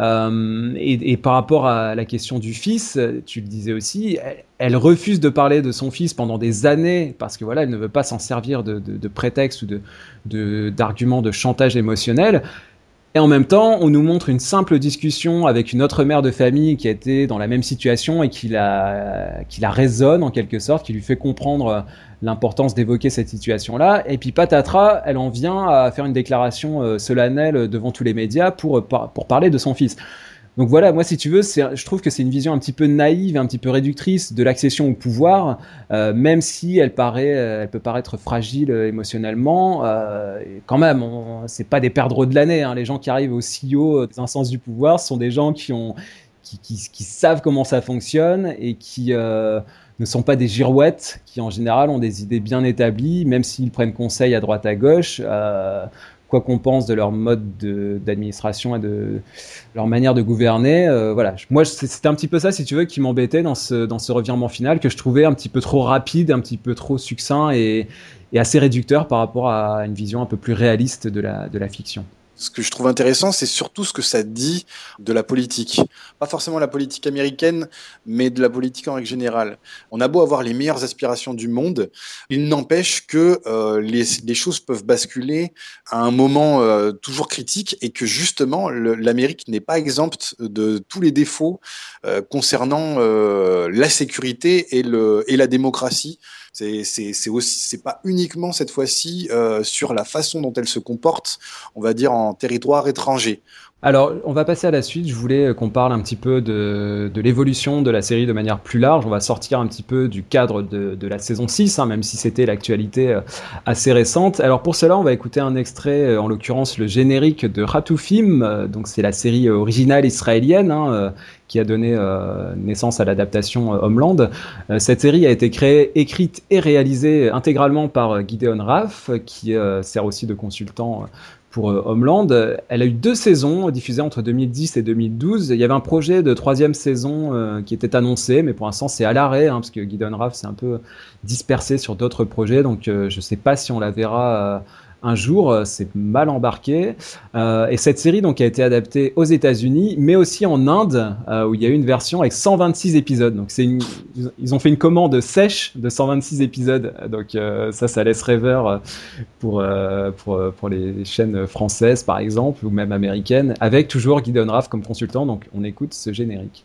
Et par rapport à la question du fils, tu le disais aussi, elle refuse de parler de son fils pendant des années parce que voilà, elle ne veut pas s'en servir de prétexte ou d'argument de chantage émotionnel. Et en même temps, on nous montre une simple discussion avec une autre mère de famille qui a été dans la même situation et qui la raisonne en quelque sorte, qui lui fait comprendre l'importance d'évoquer cette situation-là. Et puis patatras, elle en vient à faire une déclaration solennelle devant tous les médias pour parler de son fils. Donc voilà, moi si tu veux, je trouve que c'est une vision un petit peu naïve, un petit peu réductrice de l'accession au pouvoir, même si elle peut paraître fragile émotionnellement. Quand même, c'est pas des perdreaux de l'année, hein. Les gens qui arrivent aussi haut des instances du pouvoir sont des gens qui savent comment ça fonctionne et qui ne sont pas des girouettes, qui en général ont des idées bien établies, même s'ils prennent conseil à droite à gauche. Quoi qu'on pense de leur mode d'administration et de leur manière de gouverner, voilà. Moi, c'était un petit peu ça, si tu veux, qui m'embêtait dans ce revirement final, que je trouvais un petit peu trop rapide, un petit peu trop succinct et assez réducteur par rapport à une vision un peu plus réaliste de la fiction. Ce que je trouve intéressant, c'est surtout ce que ça dit de la politique. Pas forcément la politique américaine, mais de la politique en règle générale. On a beau avoir les meilleures aspirations du monde, il n'empêche que les choses peuvent basculer à un moment toujours critique et que justement, l'Amérique n'est pas exempte de tous les défauts concernant la sécurité et la démocratie. C'est pas uniquement cette fois-ci sur la façon dont elle se comporte, on va dire en territoire étranger. Alors, on va passer à la suite. Je voulais qu'on parle un petit peu de l'évolution de la série de manière plus large. On va sortir un petit peu du cadre de la saison 6, hein, même si c'était l'actualité assez récente. Alors pour cela, on va écouter un extrait, en l'occurrence le générique de Hatufim. Donc c'est la série originale israélienne, hein, qui a donné naissance à l'adaptation Homeland. Cette série a été créée, écrite et réalisée intégralement par Gideon Raff, qui sert aussi de consultant pour Homeland. Elle a eu 2 saisons diffusées entre 2010 et 2012. Il y avait un projet de 3e saison qui était annoncé, mais pour l'instant c'est à l'arrêt, hein, parce que Gideon Raff s'est un peu dispersé sur d'autres projets, donc je ne sais pas si on la verra un jour, c'est mal embarqué. Et cette série donc a été adaptée aux États-Unis, mais aussi en Inde, où il y a eu une version avec 126 épisodes. Donc ils ont fait une commande sèche de 126 épisodes. Donc ça laisse rêveur pour les chaînes françaises par exemple, ou même américaines, avec toujours Gideon Raff comme consultant. Donc on écoute ce générique.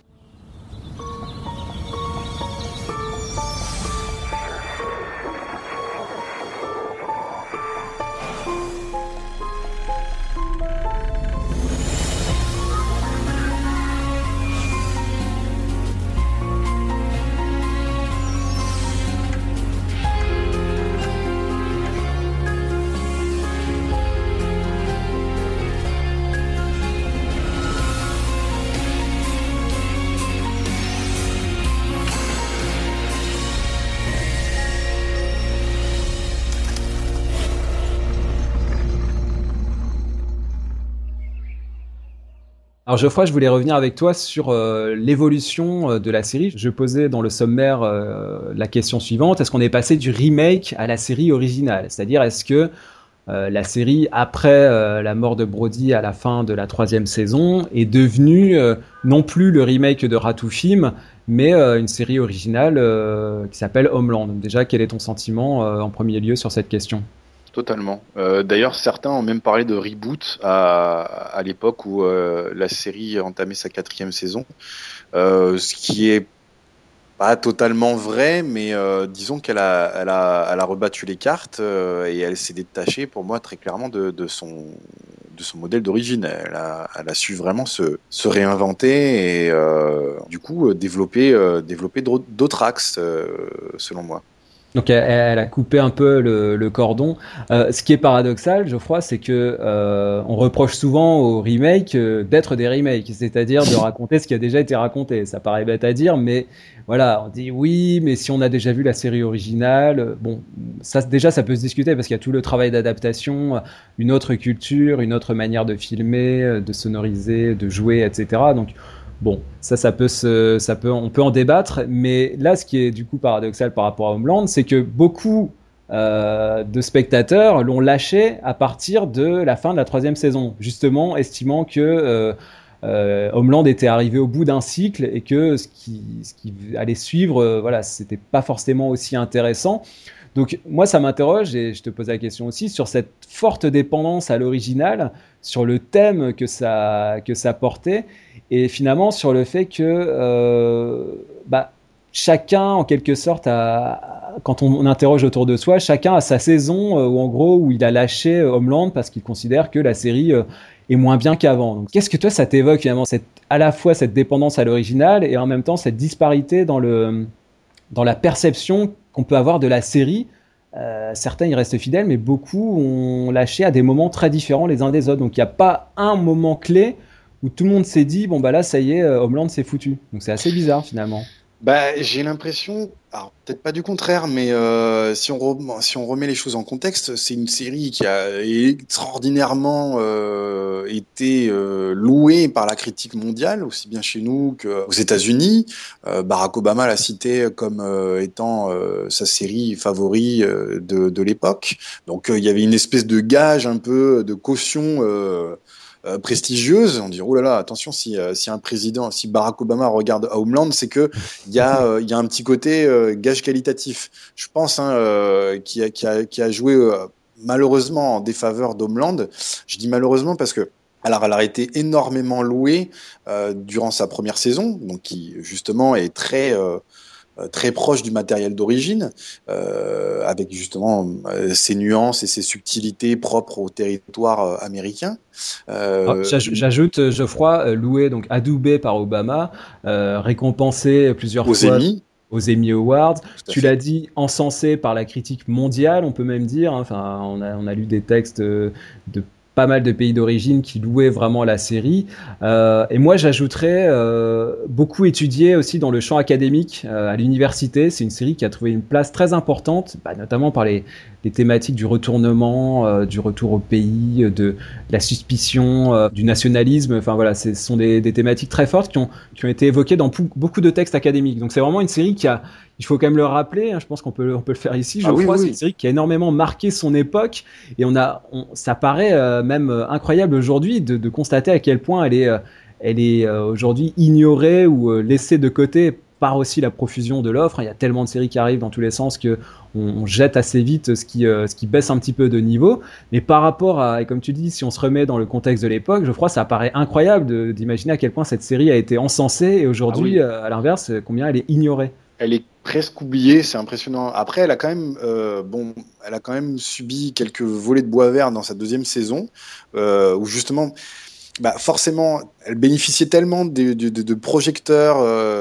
Alors Geoffroy, je voulais revenir avec toi sur l'évolution de la série. Je posais dans le sommaire la question suivante: est-ce qu'on est passé du remake à la série originale? C'est-à-dire, est-ce que la série, après la mort de Brody à la fin de la 3e saison, est devenue non plus le remake de Hatufim, mais une série originale qui s'appelle Homeland? Déjà, quel est ton sentiment en premier lieu sur cette question? Totalement. D'ailleurs, certains ont même parlé de reboot à l'époque où la série entamait sa 4e saison, ce qui est Pas totalement vrai, mais disons qu'elle a rebattu les cartes et elle s'est détachée pour moi très clairement de son modèle d'origine. Elle a su vraiment se réinventer et du coup développer d'autres axes selon moi. Donc elle a coupé un peu le cordon. Ce qui est paradoxal, Geoffroy, c'est que on reproche souvent aux remakes d'être des remakes, c'est-à-dire de raconter ce qui a déjà été raconté. Ça paraît bête à dire, mais voilà, on dit oui, mais si on a déjà vu la série originale, bon, ça déjà ça peut se discuter parce qu'il y a tout le travail d'adaptation, une autre culture, une autre manière de filmer, de sonoriser, de jouer, etc. Donc bon, on peut en débattre, mais là, ce qui est du coup paradoxal par rapport à Homeland, c'est que beaucoup de spectateurs l'ont lâché à partir de la fin de la 3e saison, justement, estimant que Homeland était arrivé au bout d'un cycle et que ce qui allait suivre, voilà, c'était pas forcément aussi intéressant. Donc moi, ça m'interroge, et je te pose la question aussi, sur cette forte dépendance à l'original, sur le thème que ça portait, et finalement sur le fait que chacun, en quelque sorte, quand on interroge autour de soi, chacun a sa saison où il a lâché Homeland parce qu'il considère que la série est moins bien qu'avant. Donc qu'est-ce que toi, ça t'évoque finalement, à la fois cette dépendance à l'original et en même temps cette disparité dans la perception qu'on peut avoir de la série. Certains y restent fidèles, mais beaucoup ont lâché à des moments très différents les uns des autres. Donc il n'y a pas un moment clé où tout le monde s'est dit bon bah là ça y est, Homeland c'est foutu. Donc c'est assez bizarre finalement. J'ai l'impression, alors peut-être pas du contraire, mais si on remet les choses en contexte, c'est une série qui a extraordinairement été louée par la critique mondiale, aussi bien chez nous qu'aux États-Unis. Barack Obama l'a cité comme étant sa série favori de l'époque. Donc il y avait une espèce de gage un peu de caution prestigieuse. On dit oh là là, attention, si Barack Obama regarde Homeland, c'est que il y a un petit côté gage qualitatif. Je pense qui a joué malheureusement en défaveur d'Homeland. Je dis malheureusement parce que alors elle a été énormément louée durant sa première saison, donc qui justement est très proche du matériel d'origine, avec justement ses nuances et ses subtilités propres au territoire américain. J'ajoute, Geoffroy, loué, donc adoubé par Obama, récompensé plusieurs fois aux Emmy Awards. Tu l'as dit, encensé par la critique mondiale, on peut même dire. Enfin, on a lu des textes de pas mal de pays d'origine qui louaient vraiment la série. Et moi, j'ajouterais beaucoup étudié aussi dans le champ académique à l'université. C'est une série qui a trouvé une place très importante, notamment par les thématiques du retournement, du retour au pays, de la suspicion, du nationalisme. Enfin voilà, ce sont des thématiques très fortes qui ont été évoquées dans beaucoup de textes académiques. Donc c'est vraiment une série il faut quand même le rappeler, je pense qu'on peut le faire ici, je crois, c'est une série qui a énormément marqué son époque, et ça paraît même incroyable aujourd'hui de constater à quel point elle est aujourd'hui ignorée ou laissée de côté par aussi la profusion de l'offre. Il y a tellement de séries qui arrivent dans tous les sens que on jette assez vite ce qui baisse un petit peu de niveau. Mais par rapport et comme tu dis, si on se remet dans le contexte de l'époque, je crois que ça paraît incroyable d'imaginer à quel point cette série a été encensée et aujourd'hui, à l'inverse, combien elle est ignorée. Elle est presque oubliée, c'est impressionnant. Après, elle a quand même subi quelques volets de bois vert dans sa 2e saison, où justement, forcément, elle bénéficiait tellement de projecteurs,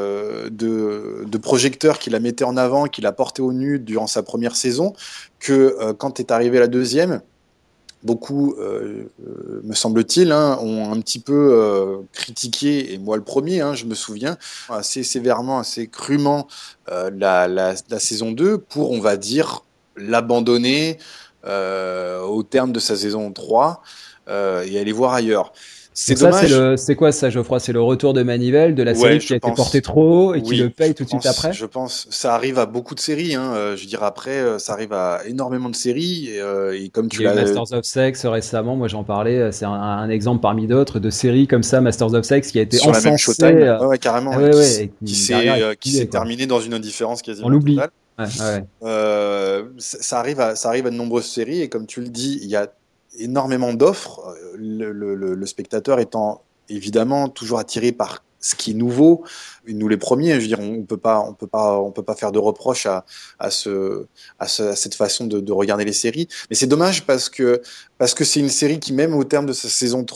de projecteurs qui la mettaient en avant, qui la portaient au nu durant sa première saison, que quand est arrivée la 2e, beaucoup, me semble-t-il, ont un petit peu critiqué, et moi le premier, je me souviens, assez sévèrement, assez crûment la saison 2 pour, on va dire, l'abandonner au terme de sa saison 3 et aller voir ailleurs. C'est dommage. C'est quoi ça, Geoffroy? C'est le retour de manivelle de la série qui a été portée trop haut et qui le paye tout de suite après? Je pense. Ça arrive à beaucoup de séries. Je veux dire, après, ça arrive à énormément de séries. Et comme tu l'as... Masters of Sex récemment, moi j'en parlais. C'est un exemple parmi d'autres de séries comme ça, Masters of Sex, qui a été sur encensée. La même Showtime. Ouais, carrément. Qui s'est terminé dans une indifférence quasiment totale. Ça arrive à de nombreuses séries. Et comme tu le dis, il y a énormément d'offres, le spectateur étant évidemment toujours attiré par ce qui est nouveau. Nous les premiers, je veux dire, on peut pas faire de reproche à cette façon de regarder les séries. Mais c'est dommage parce que c'est une série qui, même au terme de sa saison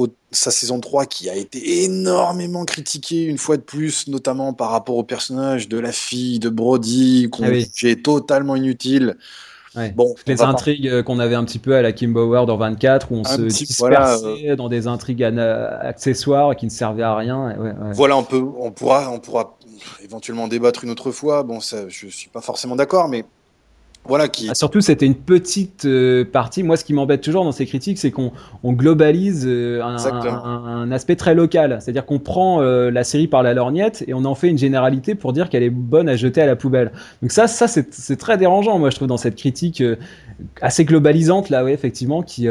3, qui a été énormément critiquée une fois de plus, notamment par rapport au personnage de la fille de Brody, qu'on jugait totalement inutile. Ouais. Bon, les intrigues qu'on avait un petit peu à la Kim Bauer dans 24, où on se dispersait dans des intrigues accessoires qui ne servaient à rien. Voilà, on pourra éventuellement débattre une autre fois. Bon, ça, je suis pas forcément d'accord, mais voilà. Surtout, c'était une petite partie. Moi, ce qui m'embête toujours dans ces critiques, c'est qu'on globalise un aspect très local. C'est-à-dire qu'on prend la série par la lorgnette et on en fait une généralité pour dire qu'elle est bonne à jeter à la poubelle. Donc ça c'est très dérangeant, moi, je trouve, dans cette critique assez globalisante, là, effectivement, qui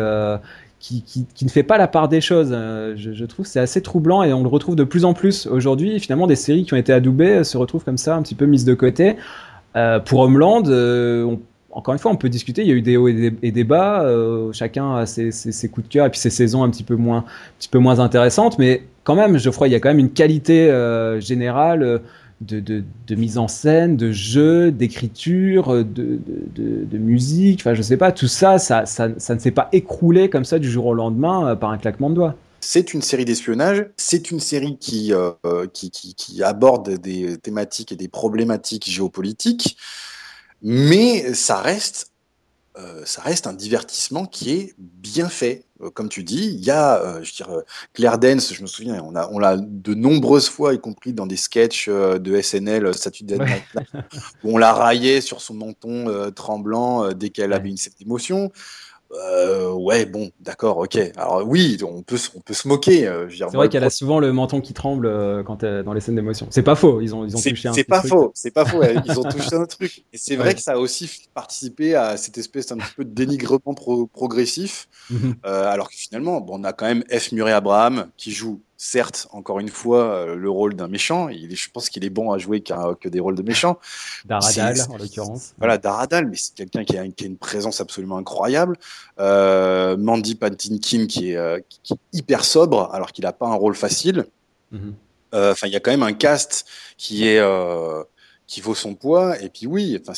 ne fait pas la part des choses. Je trouve que c'est assez troublant et on le retrouve de plus en plus aujourd'hui. Finalement, des séries qui ont été adoubées se retrouvent comme ça, un petit peu mises de côté. Pour Homeland, encore une fois, on peut discuter. Il y a eu des hauts et des bas. Chacun a ses coups de cœur et puis ses saisons un petit peu moins intéressantes. Mais quand même, Geoffroy, il y a quand même une qualité générale de mise en scène, de jeu, d'écriture, de musique. Enfin, je sais pas. Tout ça ne s'est pas écroulé comme ça du jour au lendemain par un claquement de doigts. C'est une série d'espionnage, c'est une série qui aborde des thématiques et des problématiques géopolitiques, mais ça reste un divertissement qui est bien fait. Comme tu dis, il y a, Claire Danes, je me souviens, on l'a de nombreuses fois, y compris dans des sketchs de SNL, Saturday Night Live, où on la raillait sur son menton tremblant dès qu'elle avait cette émotion. Ouais, bon, d'accord, ok. Alors oui, on peut se moquer. C'est vrai qu'elle a souvent le menton qui tremble dans les scènes d'émotion. C'est pas faux. Ils ont touché un truc. C'est pas faux. Ils ont touché un truc. Et c'est vrai que ça a aussi participé à cette espèce un petit peu de dénigrement progressif. Alors que finalement, bon, on a quand même F. Murray Abraham qui joue, certes, encore une fois, le rôle d'un méchant. Je pense qu'il est bon à jouer que des rôles de méchants. Daradal, en l'occurrence. Voilà, Daradal, mais c'est quelqu'un qui a une présence absolument incroyable. Mandy Patinkin qui est hyper sobre, alors qu'il n'a pas un rôle facile. Enfin, il y a quand même un cast qui vaut son poids. Et puis oui, enfin,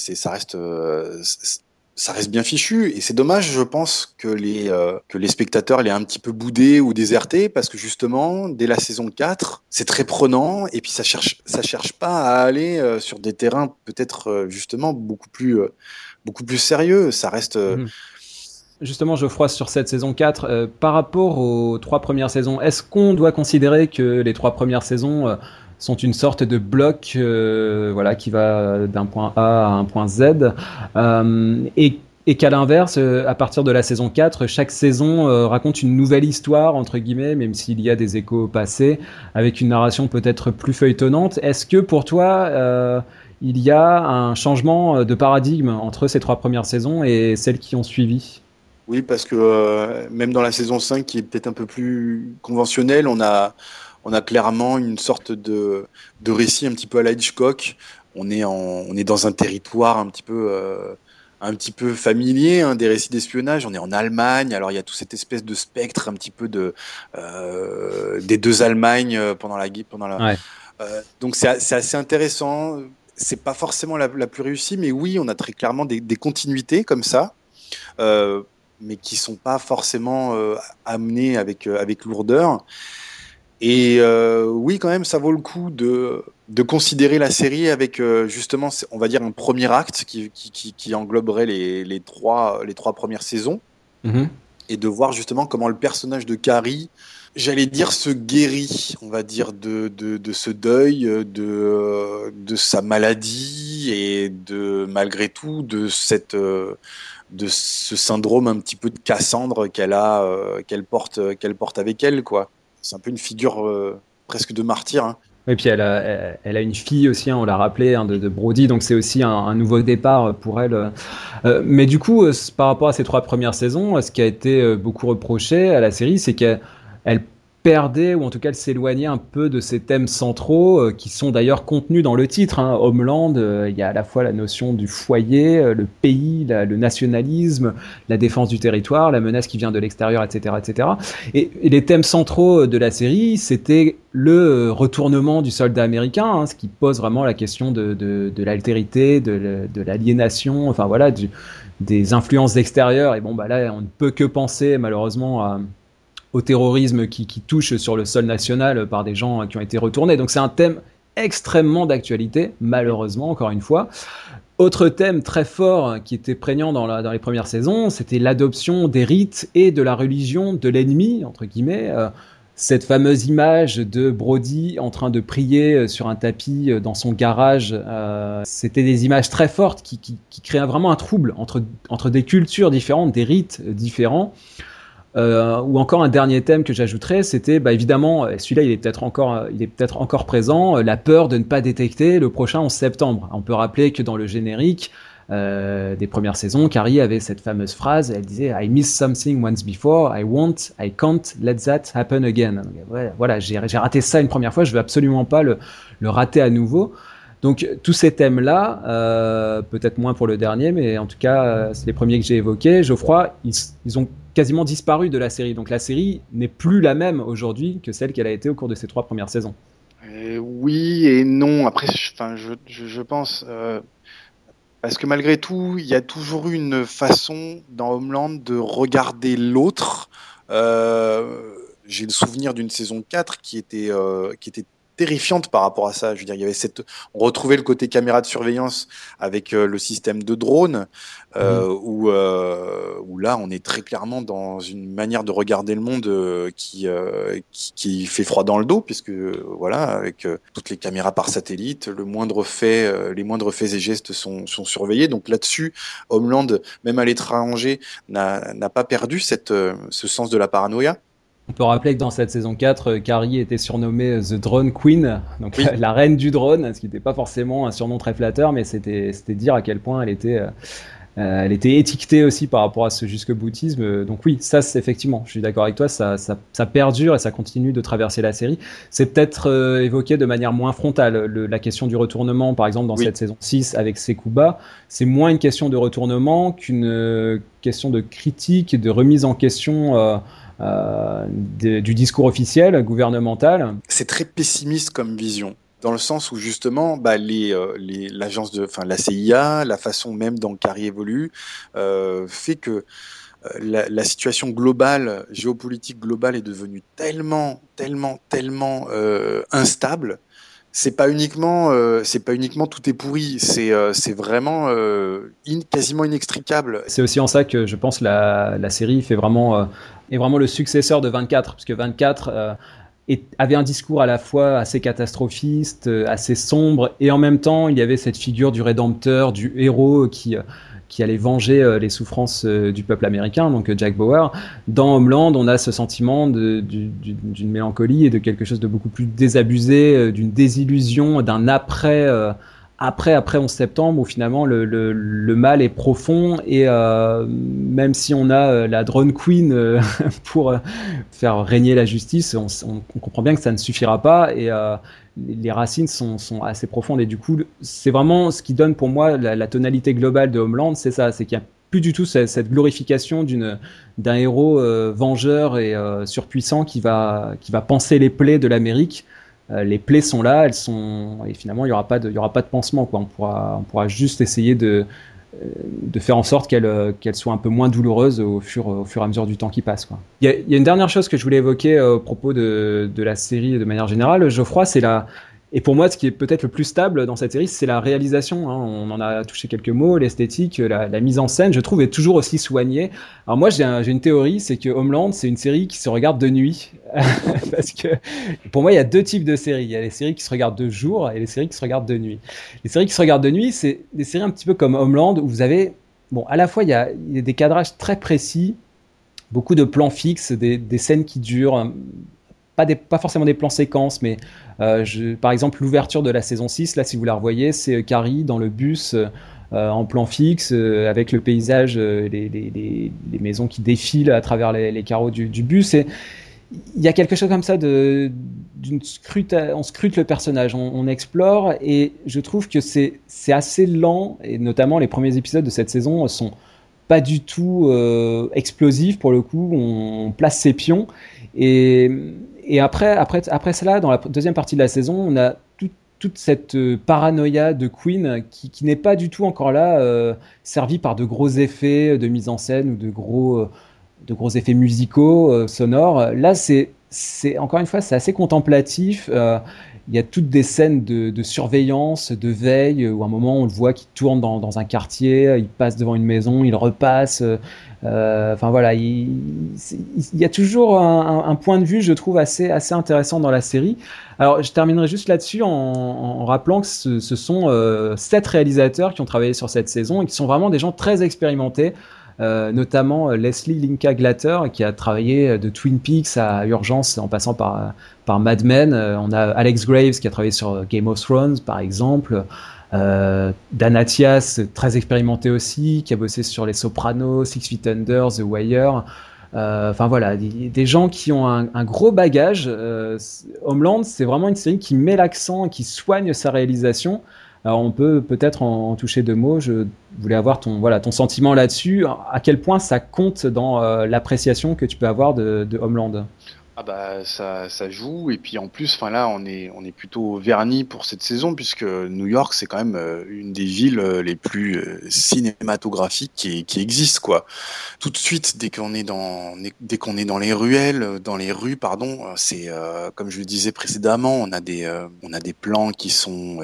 ça reste bien fichu, et c'est dommage, je pense, que les spectateurs l'aient un petit peu boudé ou déserté, parce que justement, dès la saison 4, c'est très prenant, et puis ça cherche pas à aller sur des terrains peut-être justement beaucoup plus sérieux. Ça reste. Justement, Geoffroy, sur cette saison 4, par rapport aux 3 premières saisons, est-ce qu'on doit considérer que les 3 premières saisons sont une sorte de bloc qui va d'un point A à un point Z, et qu'à l'inverse, à partir de la saison 4, chaque saison raconte une nouvelle histoire, entre guillemets, même s'il y a des échos passés, avec une narration peut-être plus feuilletonnante. Est-ce que pour toi, il y a un changement de paradigme entre ces 3 premières saisons et celles qui ont suivi ? Oui, parce que même dans la saison 5, qui est peut-être un peu plus conventionnelle, on a clairement une sorte de récit un petit peu à la Hitchcock. On est dans un territoire un petit peu familier, hein, des récits d'espionnage. On est en Allemagne, alors il y a toute cette espèce de spectre un petit peu des deux Allemagnes pendant la guerre. Donc c'est assez intéressant. C'est pas forcément la plus réussie, mais oui, on a très clairement des continuités comme ça. Mais qui sont pas forcément amenées avec lourdeur. Et oui, quand même, ça vaut le coup de considérer la série avec justement, on va dire, un premier acte qui engloberait les trois premières saisons, et de voir justement comment le personnage de Carrie, j'allais dire, se guérit, on va dire, de ce deuil, de sa maladie, et malgré tout de ce syndrome un petit peu de Cassandre qu'elle porte avec elle, quoi. C'est un peu une figure presque de martyr, hein. Et puis elle a une fille aussi, hein, on l'a rappelé, hein, de Brody, donc c'est aussi un nouveau départ pour elle. Mais du coup, par rapport à ces 3 premières saisons, ce qui a été beaucoup reproché à la série, c'est qu'elle perdait, ou en tout cas elle s'éloignait un peu de ces thèmes centraux qui sont d'ailleurs contenus dans le titre. Homeland, il y a à la fois la notion du foyer, le pays, le nationalisme, la défense du territoire, la menace qui vient de l'extérieur, etc., etc. Et les thèmes centraux de la série, c'était le retournement du soldat américain, ce qui pose vraiment la question de l'altérité, de l'aliénation, enfin voilà, des influences extérieures. Et bon, bah là, on ne peut que penser malheureusement au terrorisme qui touche sur le sol national par des gens qui ont été retournés. Donc c'est un thème extrêmement d'actualité, malheureusement, encore une fois. Autre thème très fort qui était prégnant dans les premières saisons, c'était l'adoption des rites et de la religion de l'ennemi, entre guillemets. Cette fameuse image de Brody en train de prier sur un tapis dans son garage, c'était des images très fortes qui créaient vraiment un trouble entre des cultures différentes, des rites différents. Ou encore un dernier thème que j'ajouterais, c'était évidemment, celui-là il est peut-être encore présent, la peur de ne pas détecter le prochain 11 septembre. On peut rappeler que dans le générique des premières saisons, Carrie avait cette fameuse phrase, elle disait I missed something once before, I can't let that happen again. Donc, voilà, j'ai raté ça une première fois, je veux absolument pas le rater à nouveau. Donc tous ces thèmes-là, peut-être moins pour le dernier, mais en tout cas c'est les premiers que j'ai évoqués. Geoffroy, ils ont quasiment disparu de la série. Donc la série n'est plus la même aujourd'hui que celle qu'elle a été au cours de ces 3 premières saisons. Oui et non. Après, je pense parce que malgré tout, il y a toujours eu une façon dans Homeland de regarder l'autre. J'ai le souvenir d'une saison 4 qui était terrifiante par rapport à ça. Je veux dire, il y avait on retrouvait le côté caméra de surveillance avec le système de drone, où là, on est très clairement dans une manière de regarder le monde qui fait froid dans le dos, puisque voilà, avec toutes les caméras par satellite, les moindres faits et gestes sont surveillés. Donc là-dessus, Homeland, même à l'étranger, n'a pas perdu ce sens de la paranoïa. On peut rappeler que dans cette saison 4, Carrie était surnommée The Drone Queen, donc oui. La reine du drone, ce qui n'était pas forcément un surnom très flatteur, mais c'était dire à quel point elle était étiquetée aussi par rapport à ce jusque-boutisme. Donc oui, ça c'est effectivement, je suis d'accord avec toi, ça perdure et ça continue de traverser la série. C'est peut-être évoqué de manière moins frontale. La question du retournement, par exemple, dans cette saison 6 avec Sekuba, c'est moins une question de retournement qu'une question de critique et de remise en question du discours officiel, gouvernemental. C'est très pessimiste comme vision, dans le sens où justement l'agence la CIA, la façon même dont Carrie évolue, fait que la situation globale, géopolitique globale est devenue tellement instable. C'est pas uniquement tout est pourri, c'est vraiment quasiment inextricable. C'est aussi en ça que je pense la série fait vraiment est vraiment le successeur de 24, parce que 24 avait un discours à la fois assez catastrophiste, assez sombre, et en même temps il y avait cette figure du rédempteur, du héros qui allait venger les souffrances du peuple américain, donc Jack Bauer. Dans Homeland, on a ce sentiment d'une mélancolie et de quelque chose de beaucoup plus désabusé, d'une désillusion, d'un après 11 septembre, où finalement le mal est profond, et même si on a la Drone Queen pour faire régner la justice, on comprend bien que ça ne suffira pas, et les racines sont assez profondes, et du coup c'est vraiment ce qui donne pour moi la tonalité globale de Homeland, c'est ça, c'est qu'il n'y a plus du tout cette glorification d'un héros vengeur et surpuissant qui va panser les plaies de l'Amérique. Les plaies sont là, et finalement il y aura pas de pansement, quoi. On pourra juste essayer de faire en sorte qu'elle soit un peu moins douloureuse au fur et à mesure du temps qui passe, quoi. Il y a une dernière chose que je voulais évoquer au propos de la série de manière générale, Geoffroy, et pour moi, ce qui est peut-être le plus stable dans cette série, c'est la réalisation. On en a touché quelques mots, l'esthétique, la mise en scène, je trouve, est toujours aussi soignée. Alors moi, j'ai une théorie, c'est que Homeland, c'est une série qui se regarde de nuit. Parce que pour moi, il y a 2 types de séries. Il y a les séries qui se regardent de jour et les séries qui se regardent de nuit. Les séries qui se regardent de nuit, c'est des séries un petit peu comme Homeland, où vous avez, à la fois, il y a des cadrages très précis, beaucoup de plans fixes, des scènes qui durent, pas forcément des plans séquences, mais par exemple l'ouverture de la saison 6, là si vous la revoyez, c'est Carrie dans le bus en plan fixe, avec le paysage, les maisons qui défilent à travers les carreaux du bus, et il y a quelque chose comme ça on scrute le personnage, on explore, et je trouve que c'est assez lent, et notamment les premiers épisodes de cette saison sont pas du tout explosifs pour le coup. On place ses pions, et après cela, dans la deuxième partie de la saison, on a toute cette paranoïa de Queen qui n'est pas du tout encore là, servie par de gros effets de mise en scène ou de gros effets musicaux, sonores. Là, c'est encore une fois, c'est assez contemplatif. Il y a toutes des scènes de surveillance, de veille, où à un moment on le voit qui tourne dans un quartier, il passe devant une maison, il repasse. Enfin voilà, il y a toujours un point de vue, je trouve, assez intéressant dans la série. Alors je terminerai juste là-dessus en rappelant que ce sont 7 réalisateurs qui ont travaillé sur cette saison et qui sont vraiment des gens très expérimentés. Notamment Leslie Linka Glatter qui a travaillé de Twin Peaks à Urgence en passant par Mad Men. On a Alex Graves qui a travaillé sur Game of Thrones par exemple. Dan Attias, très expérimenté aussi, qui a bossé sur Les Sopranos, Six Feet Under, The Wire. Enfin voilà, des gens qui ont un gros bagage. Homeland, c'est vraiment une série qui met l'accent, qui soigne sa réalisation. Alors on peut peut-être en toucher 2 mots. Je voulais avoir ton sentiment là-dessus. À quel point ça compte dans l'appréciation que tu peux avoir de Homeland? Ah bah ça joue, et puis en plus, enfin là on est plutôt verni pour cette saison, puisque New York c'est quand même une des villes les plus cinématographiques qui existent, quoi. Tout de suite dès qu'on est dans les rues, pardon, c'est comme je le disais précédemment, on a des plans qui sont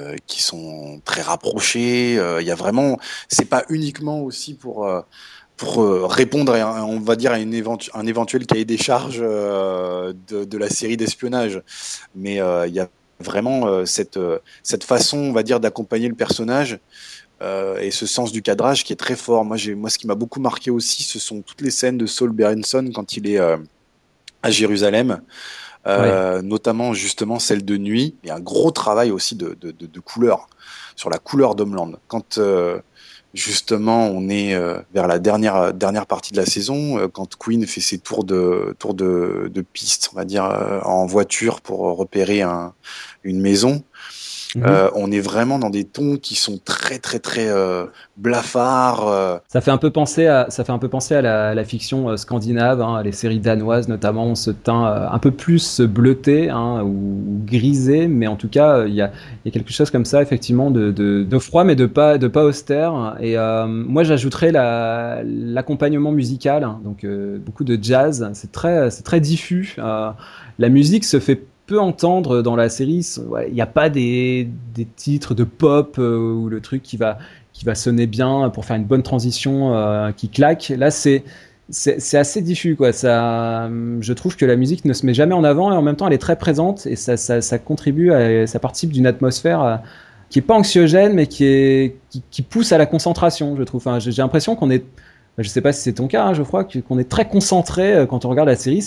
très rapprochés. Il y a vraiment, c'est pas uniquement aussi pour répondre à on va dire à un éventuel cahier des charges de la série d'espionnage, mais il y a vraiment cette façon, on va dire, d'accompagner le personnage et ce sens du cadrage qui est très fort. Moi ce qui m'a beaucoup marqué aussi, ce sont toutes les scènes de Saul Berenson quand il est à Jérusalem. Notamment justement celle de nuit. Il y a un gros travail aussi de couleur, sur la couleur d'Homeland. Quand justement on est vers la dernière partie de la saison, quand Queen fait ses tours de piste, on va dire, en voiture pour repérer une maison. On est vraiment dans des tons qui sont très très très blafards. Ça fait un peu penser à la fiction scandinave, hein, les séries danoises notamment. On se teint un peu plus bleuté, hein, ou grisé, mais en tout cas il y a quelque chose comme ça effectivement de froid, mais de pas austère. Et moi j'ajouterais l'accompagnement musical, hein, donc beaucoup de jazz. C'est très diffus. La musique se fait peu entendre dans la série. Il n'y a pas des titres de pop ou le truc qui va sonner bien pour faire une bonne transition qui claque. Là, c'est assez diffus, quoi. Je trouve que la musique ne se met jamais en avant, et en même temps elle est très présente, et ça contribue, ça participe d'une atmosphère qui est pas anxiogène, mais qui pousse à la concentration, je trouve. Enfin, j'ai l'impression qu'on est, je sais pas si c'est ton cas, hein, Geoffroy, qu'on est très concentré quand on regarde la série.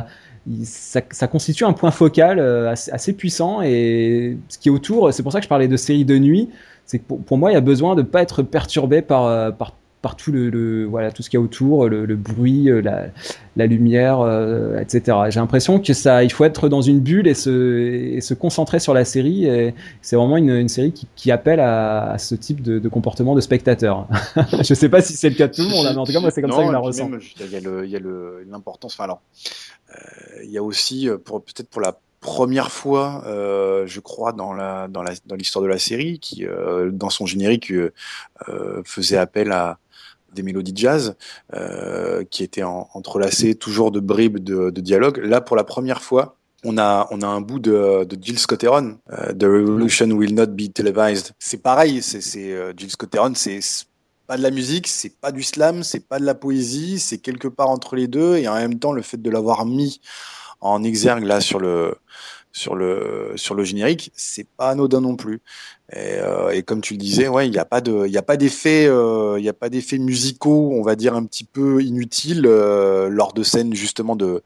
Ça constitue un point focal assez puissant, et ce qui est autour, c'est pour ça que je parlais de série de nuit, c'est que pour moi il y a besoin de pas être perturbé par tout tout ce qu'il y a autour, le bruit, la lumière, etc. J'ai l'impression que il faut être dans une bulle et se concentrer sur la série, et c'est vraiment une série qui appelle à ce type de comportement de spectateur. Je sais pas si c'est le cas de tout le monde, mais en tout cas moi c'est comme ça que je la ressens. Il y a l'importance. Enfin alors, il y a aussi peut-être pour la première fois, je crois, dans l'histoire de la série, qui dans son générique faisait appel à des mélodies de jazz qui étaient entrelacées toujours de bribes de dialogue. Là, pour la première fois, on a un bout de Jill Scott-Heron, The Revolution Will Not Be Televised. C'est pareil, c'est Jill Scott-Heron, c'est pas de la musique, c'est pas du slam, c'est pas de la poésie, c'est quelque part entre les deux, et en même temps le fait de l'avoir mis en exergue là sur le générique, c'est pas anodin non plus. Et comme tu le disais, ouais, il y a pas d'effets musicaux, on va dire un petit peu inutiles lors de scènes justement de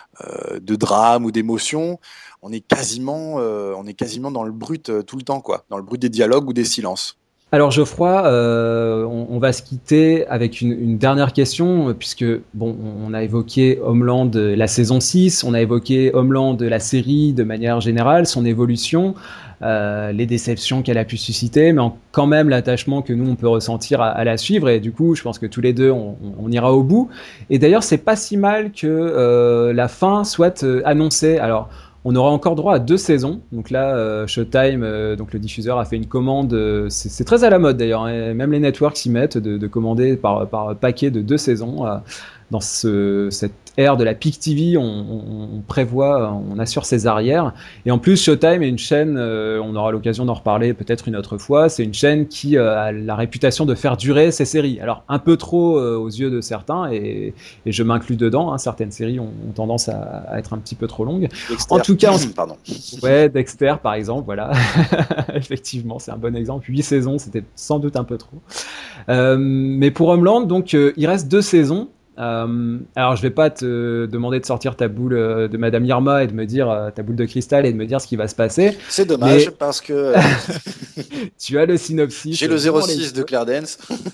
drame ou d'émotion. On est quasiment dans le brut tout le temps, quoi, dans le brut des dialogues ou des silences. Alors Geoffroy, on va se quitter avec une dernière question, puisque bon, on a évoqué Homeland la saison 6, on a évoqué Homeland la série de manière générale, son évolution, les déceptions qu'elle a pu susciter, mais quand même l'attachement que nous on peut ressentir à la suivre, et du coup je pense que tous les deux on ira au bout. Et d'ailleurs c'est pas si mal que la fin soit annoncée. Alors on aura encore droit à 2 saisons. Donc là, Showtime, donc le diffuseur, a fait une commande. C'est très à la mode d'ailleurs. Hein, même les networks s'y mettent de commander par paquet de 2 saisons. Dans cette ère de la Peak TV, on prévoit, on assure ses arrières. Et en plus, Showtime est une chaîne, on aura l'occasion d'en reparler peut-être une autre fois, c'est une chaîne qui a la réputation de faire durer ses séries. Alors, un peu trop aux yeux de certains, et je m'inclus dedans, hein, certaines séries ont tendance à être un petit peu trop longues. Dexter. En tout cas, Pardon. Ouais, Dexter, par exemple, voilà. Effectivement, c'est un bon exemple. 8 saisons, c'était sans doute un peu trop. Mais pour Homeland, donc, il reste 2 saisons. Alors je vais pas te demander de sortir ta boule de Madame Irma et de me dire ta boule de cristal et de me dire ce qui va se passer. C'est dommage parce que tu as le synopsis. J'ai le 06 de Claire Danes.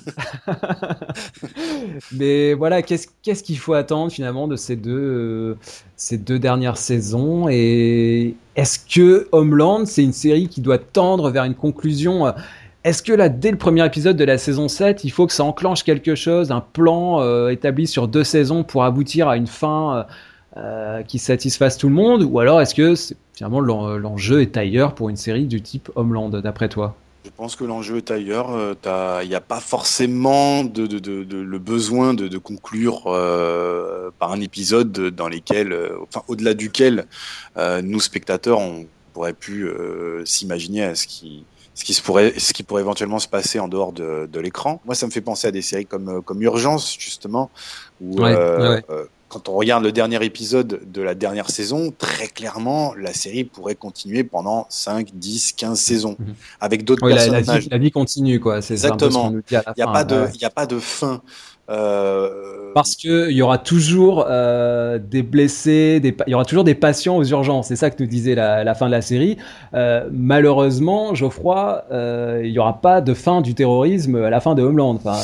Mais voilà, qu'est-ce qu'il faut attendre finalement de ces deux dernières saisons, et est-ce que Homeland c'est une série qui doit tendre vers une conclusion? Est-ce que là, dès le premier épisode de la saison 7, il faut que ça enclenche quelque chose, un plan établi sur 2 saisons pour aboutir à une fin qui satisfasse tout le monde? Ou alors est-ce que finalement l'enjeu est ailleurs pour une série du type Homeland, d'après toi? Je pense que l'enjeu est ailleurs. Il n'y a pas forcément le besoin de conclure par un épisode dans lesquels, au-delà duquel nous, spectateurs, on pourrait plus s'imaginer à ce qui pourrait éventuellement se passer en dehors de l'écran. Moi, ça me fait penser à des séries comme Urgence, justement, où quand on regarde le dernier épisode de la dernière saison, très clairement, la série pourrait continuer pendant 5, 10, 15 saisons, avec d'autres personnages. La vie continue, quoi. C'est exactement. Il n'y a pas de fin. Parce que il y aura toujours des blessés, il y aura toujours des patients aux urgences. C'est ça que nous disait la fin de la série. Malheureusement, Geoffroy, il y aura pas de fin du terrorisme à la fin de Homeland. Enfin,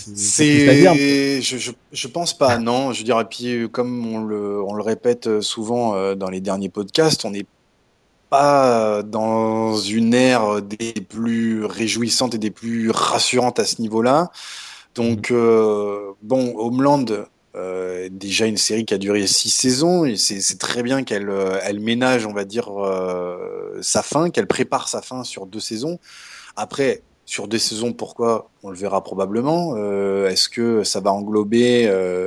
je pense pas. Non, je dirais. Puis comme on le répète souvent dans les derniers podcasts, on n'est pas dans une ère des plus réjouissantes et des plus rassurantes à ce niveau-là. Donc, bon, Homeland, déjà une série qui a duré 6 saisons, et c'est très bien qu'elle ménage, on va dire, sa fin, qu'elle prépare sa fin sur 2 saisons. Après, sur 2 saisons, pourquoi? On le verra probablement. Est-ce que ça va englober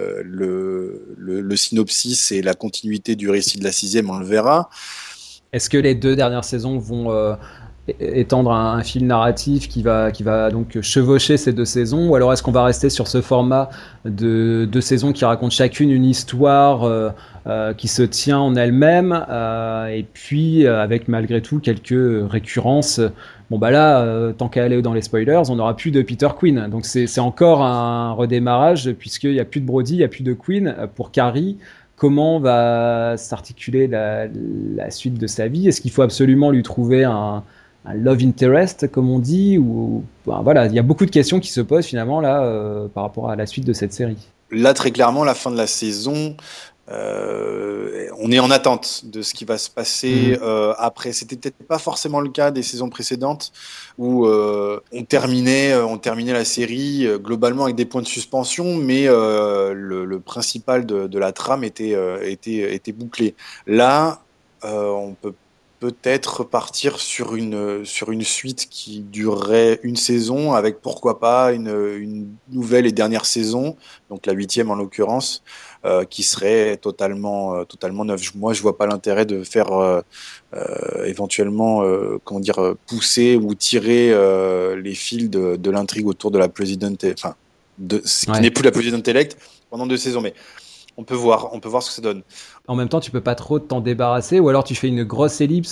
le synopsis et la continuité du récit de la 6e? On le verra. Est-ce que les 2 dernières saisons vont étendre un fil narratif qui va donc chevaucher ces 2 saisons, ou alors est-ce qu'on va rester sur ce format de 2 saisons qui racontent chacune une histoire qui se tient en elle-même, et puis avec malgré tout quelques récurrences? Bon bah là, tant qu'à aller dans les spoilers, on n'aura plus de Peter Quinn, donc c'est encore un redémarrage, puisqu'il n'y a plus de Brody, il n'y a plus de Quinn pour Carrie. Comment va s'articuler la suite de sa vie? Est-ce qu'il faut absolument lui trouver un love interest, comme on dit, ou voilà, il y a beaucoup de questions qui se posent finalement là par rapport à la suite de cette série. Là, très clairement, la fin de la saison, on est en attente de ce qui va se passer après. C'était peut-être pas forcément le cas des saisons précédentes où on terminait la série globalement avec des points de suspension, mais le principal de la trame était bouclé. Là, on peut peut-être partir sur une suite qui durerait 1 saison, avec pourquoi pas une nouvelle et dernière saison, donc la 8e en l'occurrence, qui serait totalement neuve. Moi, je vois pas l'intérêt de faire éventuellement pousser ou tirer les fils de l'intrigue autour de la President, qui n'est plus la President-elect pendant 2 saisons, mais on peut voir ce que ça donne. En même temps, tu peux pas trop t'en débarrasser, ou alors tu fais une grosse ellipse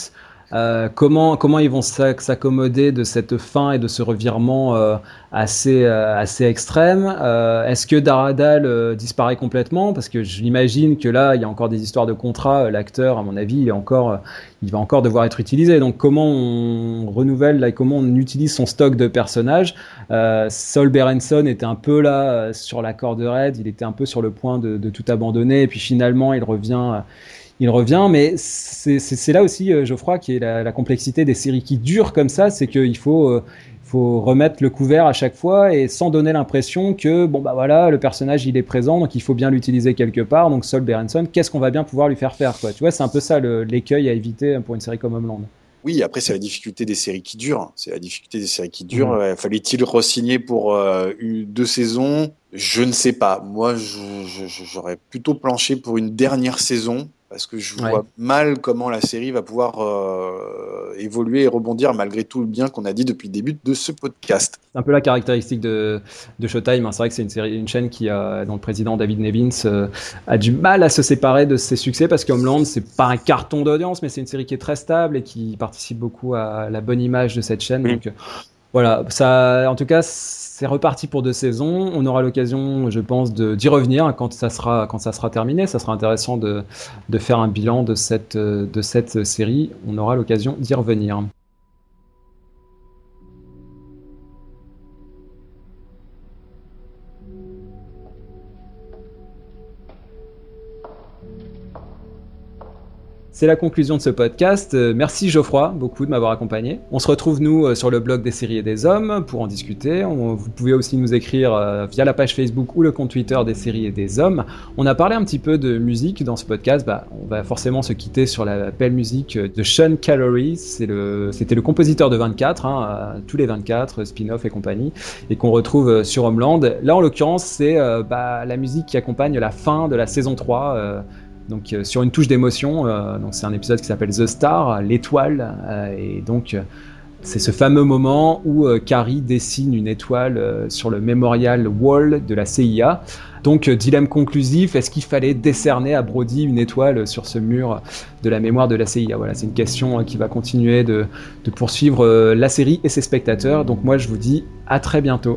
Comment ils vont s'accommoder de cette fin et de ce revirement assez extrême. Est-ce que Daradal disparaît complètement? Parce que je l'imagine que là, il y a encore des histoires de contrat. L'acteur, à mon avis, il va encore devoir être utilisé. Donc, comment on renouvelle, là, comment on utilise son stock de personnages? Saul Berenson était un peu là sur la corde raide. Il était un peu sur le point de tout abandonner. Et puis finalement, il revient, mais c'est là aussi, Geoffroy, qui est la complexité des séries qui durent comme ça, c'est qu'il faut remettre le couvert à chaque fois et sans donner l'impression que le personnage il est présent, donc il faut bien l'utiliser quelque part. Donc Saul Berenson, qu'est-ce qu'on va bien pouvoir lui faire, quoi? Tu vois, c'est un peu ça l'écueil à éviter pour une série comme Homeland. Oui, après c'est la difficulté des séries qui durent. Fallait-il re-signer pour 2 saisons? Je ne sais pas. Moi, j'aurais plutôt planché pour une dernière saison. Parce que je vois mal comment la série va pouvoir évoluer et rebondir malgré tout le bien qu'on a dit depuis le début de ce podcast. C'est un peu la caractéristique de Showtime. C'est vrai que c'est une chaîne dont le président David Nevins a du mal à se séparer de ses succès parce que Homeland, c'est pas un carton d'audience, mais c'est une série qui est très stable et qui participe beaucoup à la bonne image de cette chaîne. Donc voilà, ça, en tout cas, c'est reparti pour 2 saisons. On aura l'occasion, je pense, d'y revenir quand ça sera terminé. Ça sera intéressant de faire un bilan de cette série. On aura l'occasion d'y revenir. C'est la conclusion de ce podcast. Merci Geoffroy, beaucoup de m'avoir accompagné. On se retrouve nous sur le blog des séries et des hommes pour en discuter. Vous pouvez aussi nous écrire via la page Facebook ou le compte Twitter des séries et des hommes. On a parlé un petit peu de musique dans ce podcast. On va forcément se quitter sur la belle musique de Sean Callery. C'était le compositeur de 24, tous les 24, spin-off et compagnie, et qu'on retrouve sur Homeland. Là, en l'occurrence, c'est la musique qui accompagne la fin de la saison 3. Donc sur une touche d'émotion, donc c'est un épisode qui s'appelle The Star, l'étoile, et donc c'est ce fameux moment où Carrie dessine une étoile sur le Memorial Wall de la CIA. Donc dilemme conclusif, est-ce qu'il fallait décerner à Brody une étoile sur ce mur de la mémoire de la CIA? Voilà, c'est une question qui va continuer de poursuivre la série et ses spectateurs. Donc moi je vous dis à très bientôt.